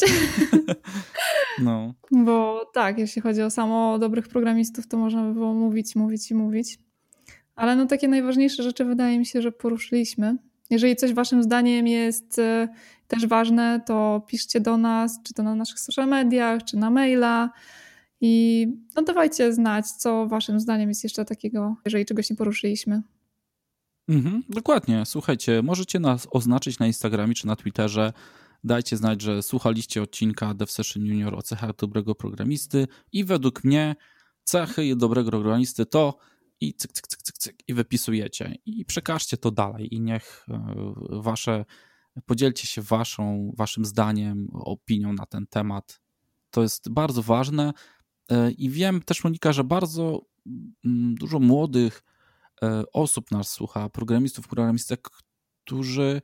No. Bo tak, jeśli chodzi o samo dobrych programistów, to można by było mówić, mówić i mówić. Ale no takie najważniejsze rzeczy wydaje mi się, że poruszyliśmy. Jeżeli coś waszym zdaniem jest też ważne, to piszcie do nas, czy to na naszych social mediach, czy na maila i no dawajcie znać, co waszym zdaniem jest jeszcze takiego, jeżeli czegoś nie poruszyliśmy. Mhm, dokładnie. Słuchajcie, możecie nas oznaczyć na Instagramie czy na Twitterze. Dajcie znać, że słuchaliście odcinka Dev Session Junior o cechach dobrego programisty i według mnie cechy dobrego programisty to i cyk, cyk, cyk, cyk, cyk i wypisujecie i przekażcie to dalej i niech wasze, podzielcie się waszą, waszym zdaniem, opinią na ten temat. To jest bardzo ważne i wiem też, Monika, że bardzo dużo młodych osób nas słucha, programistów, programistek, którzy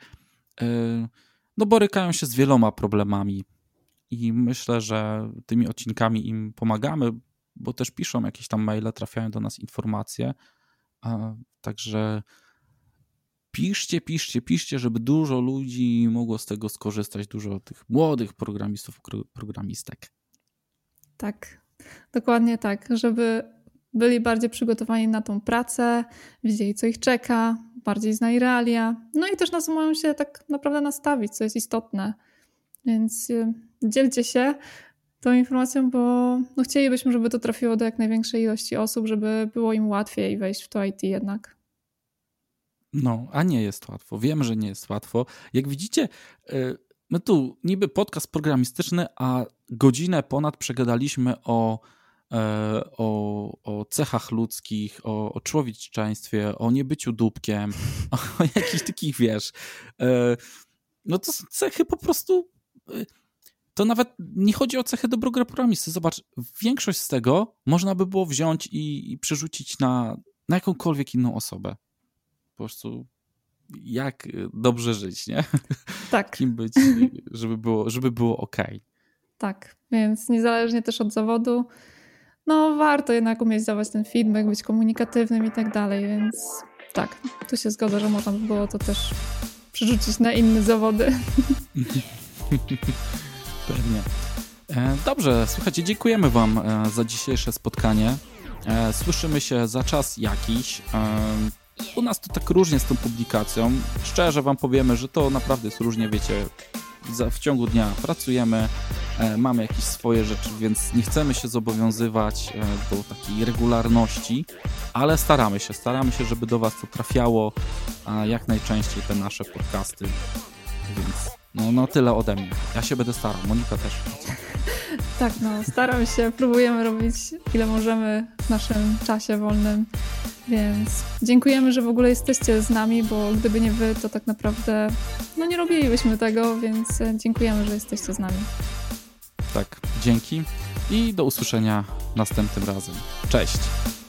no, borykają się z wieloma problemami i myślę, że tymi odcinkami im pomagamy, bo też piszą jakieś tam maile, trafiają do nas informacje, także piszcie, piszcie, piszcie, żeby dużo ludzi mogło z tego skorzystać, dużo tych młodych programistów, programistek. Tak, dokładnie tak, żeby byli bardziej przygotowani na tą pracę, wiedzieli, co ich czeka, bardziej znali realia, no i też nas mają się tak naprawdę nastawić, co jest istotne. Więc dzielcie się tą informacją, bo no chcielibyśmy, żeby to trafiło do jak największej ilości osób, żeby było im łatwiej wejść w to I T jednak. No, a nie jest łatwo. Wiem, że nie jest łatwo. Jak widzicie, my tu niby podcast programistyczny, a godzinę ponad przegadaliśmy o O, o cechach ludzkich, o, o człowieczeństwie, o niebyciu dupkiem, o, o jakichś takich, wiesz, no to są cechy po prostu, to nawet nie chodzi o cechy dobrego programisty. Zobacz, większość z tego można by było wziąć i, i przerzucić na, na jakąkolwiek inną osobę. Po prostu jak dobrze żyć, nie? Tak. Kim być, żeby było, żeby było okej. Tak, więc niezależnie też od zawodu, no warto jednak umieć dawać ten feedback, być komunikatywnym i tak dalej, więc tak, tu się zgodzę, że można by było to też przerzucić na inne zawody. Pewnie. Dobrze, słuchajcie, dziękujemy wam za dzisiejsze spotkanie. Słyszymy się za czas jakiś. U nas to tak różnie z tą publikacją. Szczerze wam powiemy, że to naprawdę jest różnie, wiecie, w ciągu dnia pracujemy, mamy jakieś swoje rzeczy, więc nie chcemy się zobowiązywać do takiej regularności, ale staramy się, staramy się, żeby do was to trafiało jak najczęściej te nasze podcasty, więc no, no tyle ode mnie. Ja się będę starał, Monika też. Tak, no staramy się, próbujemy robić ile możemy w naszym czasie wolnym, więc dziękujemy, że w ogóle jesteście z nami, bo gdyby nie wy, to tak naprawdę no nie robilibyśmy tego, więc dziękujemy, że jesteście z nami. Tak, dzięki i do usłyszenia następnym razem. Cześć!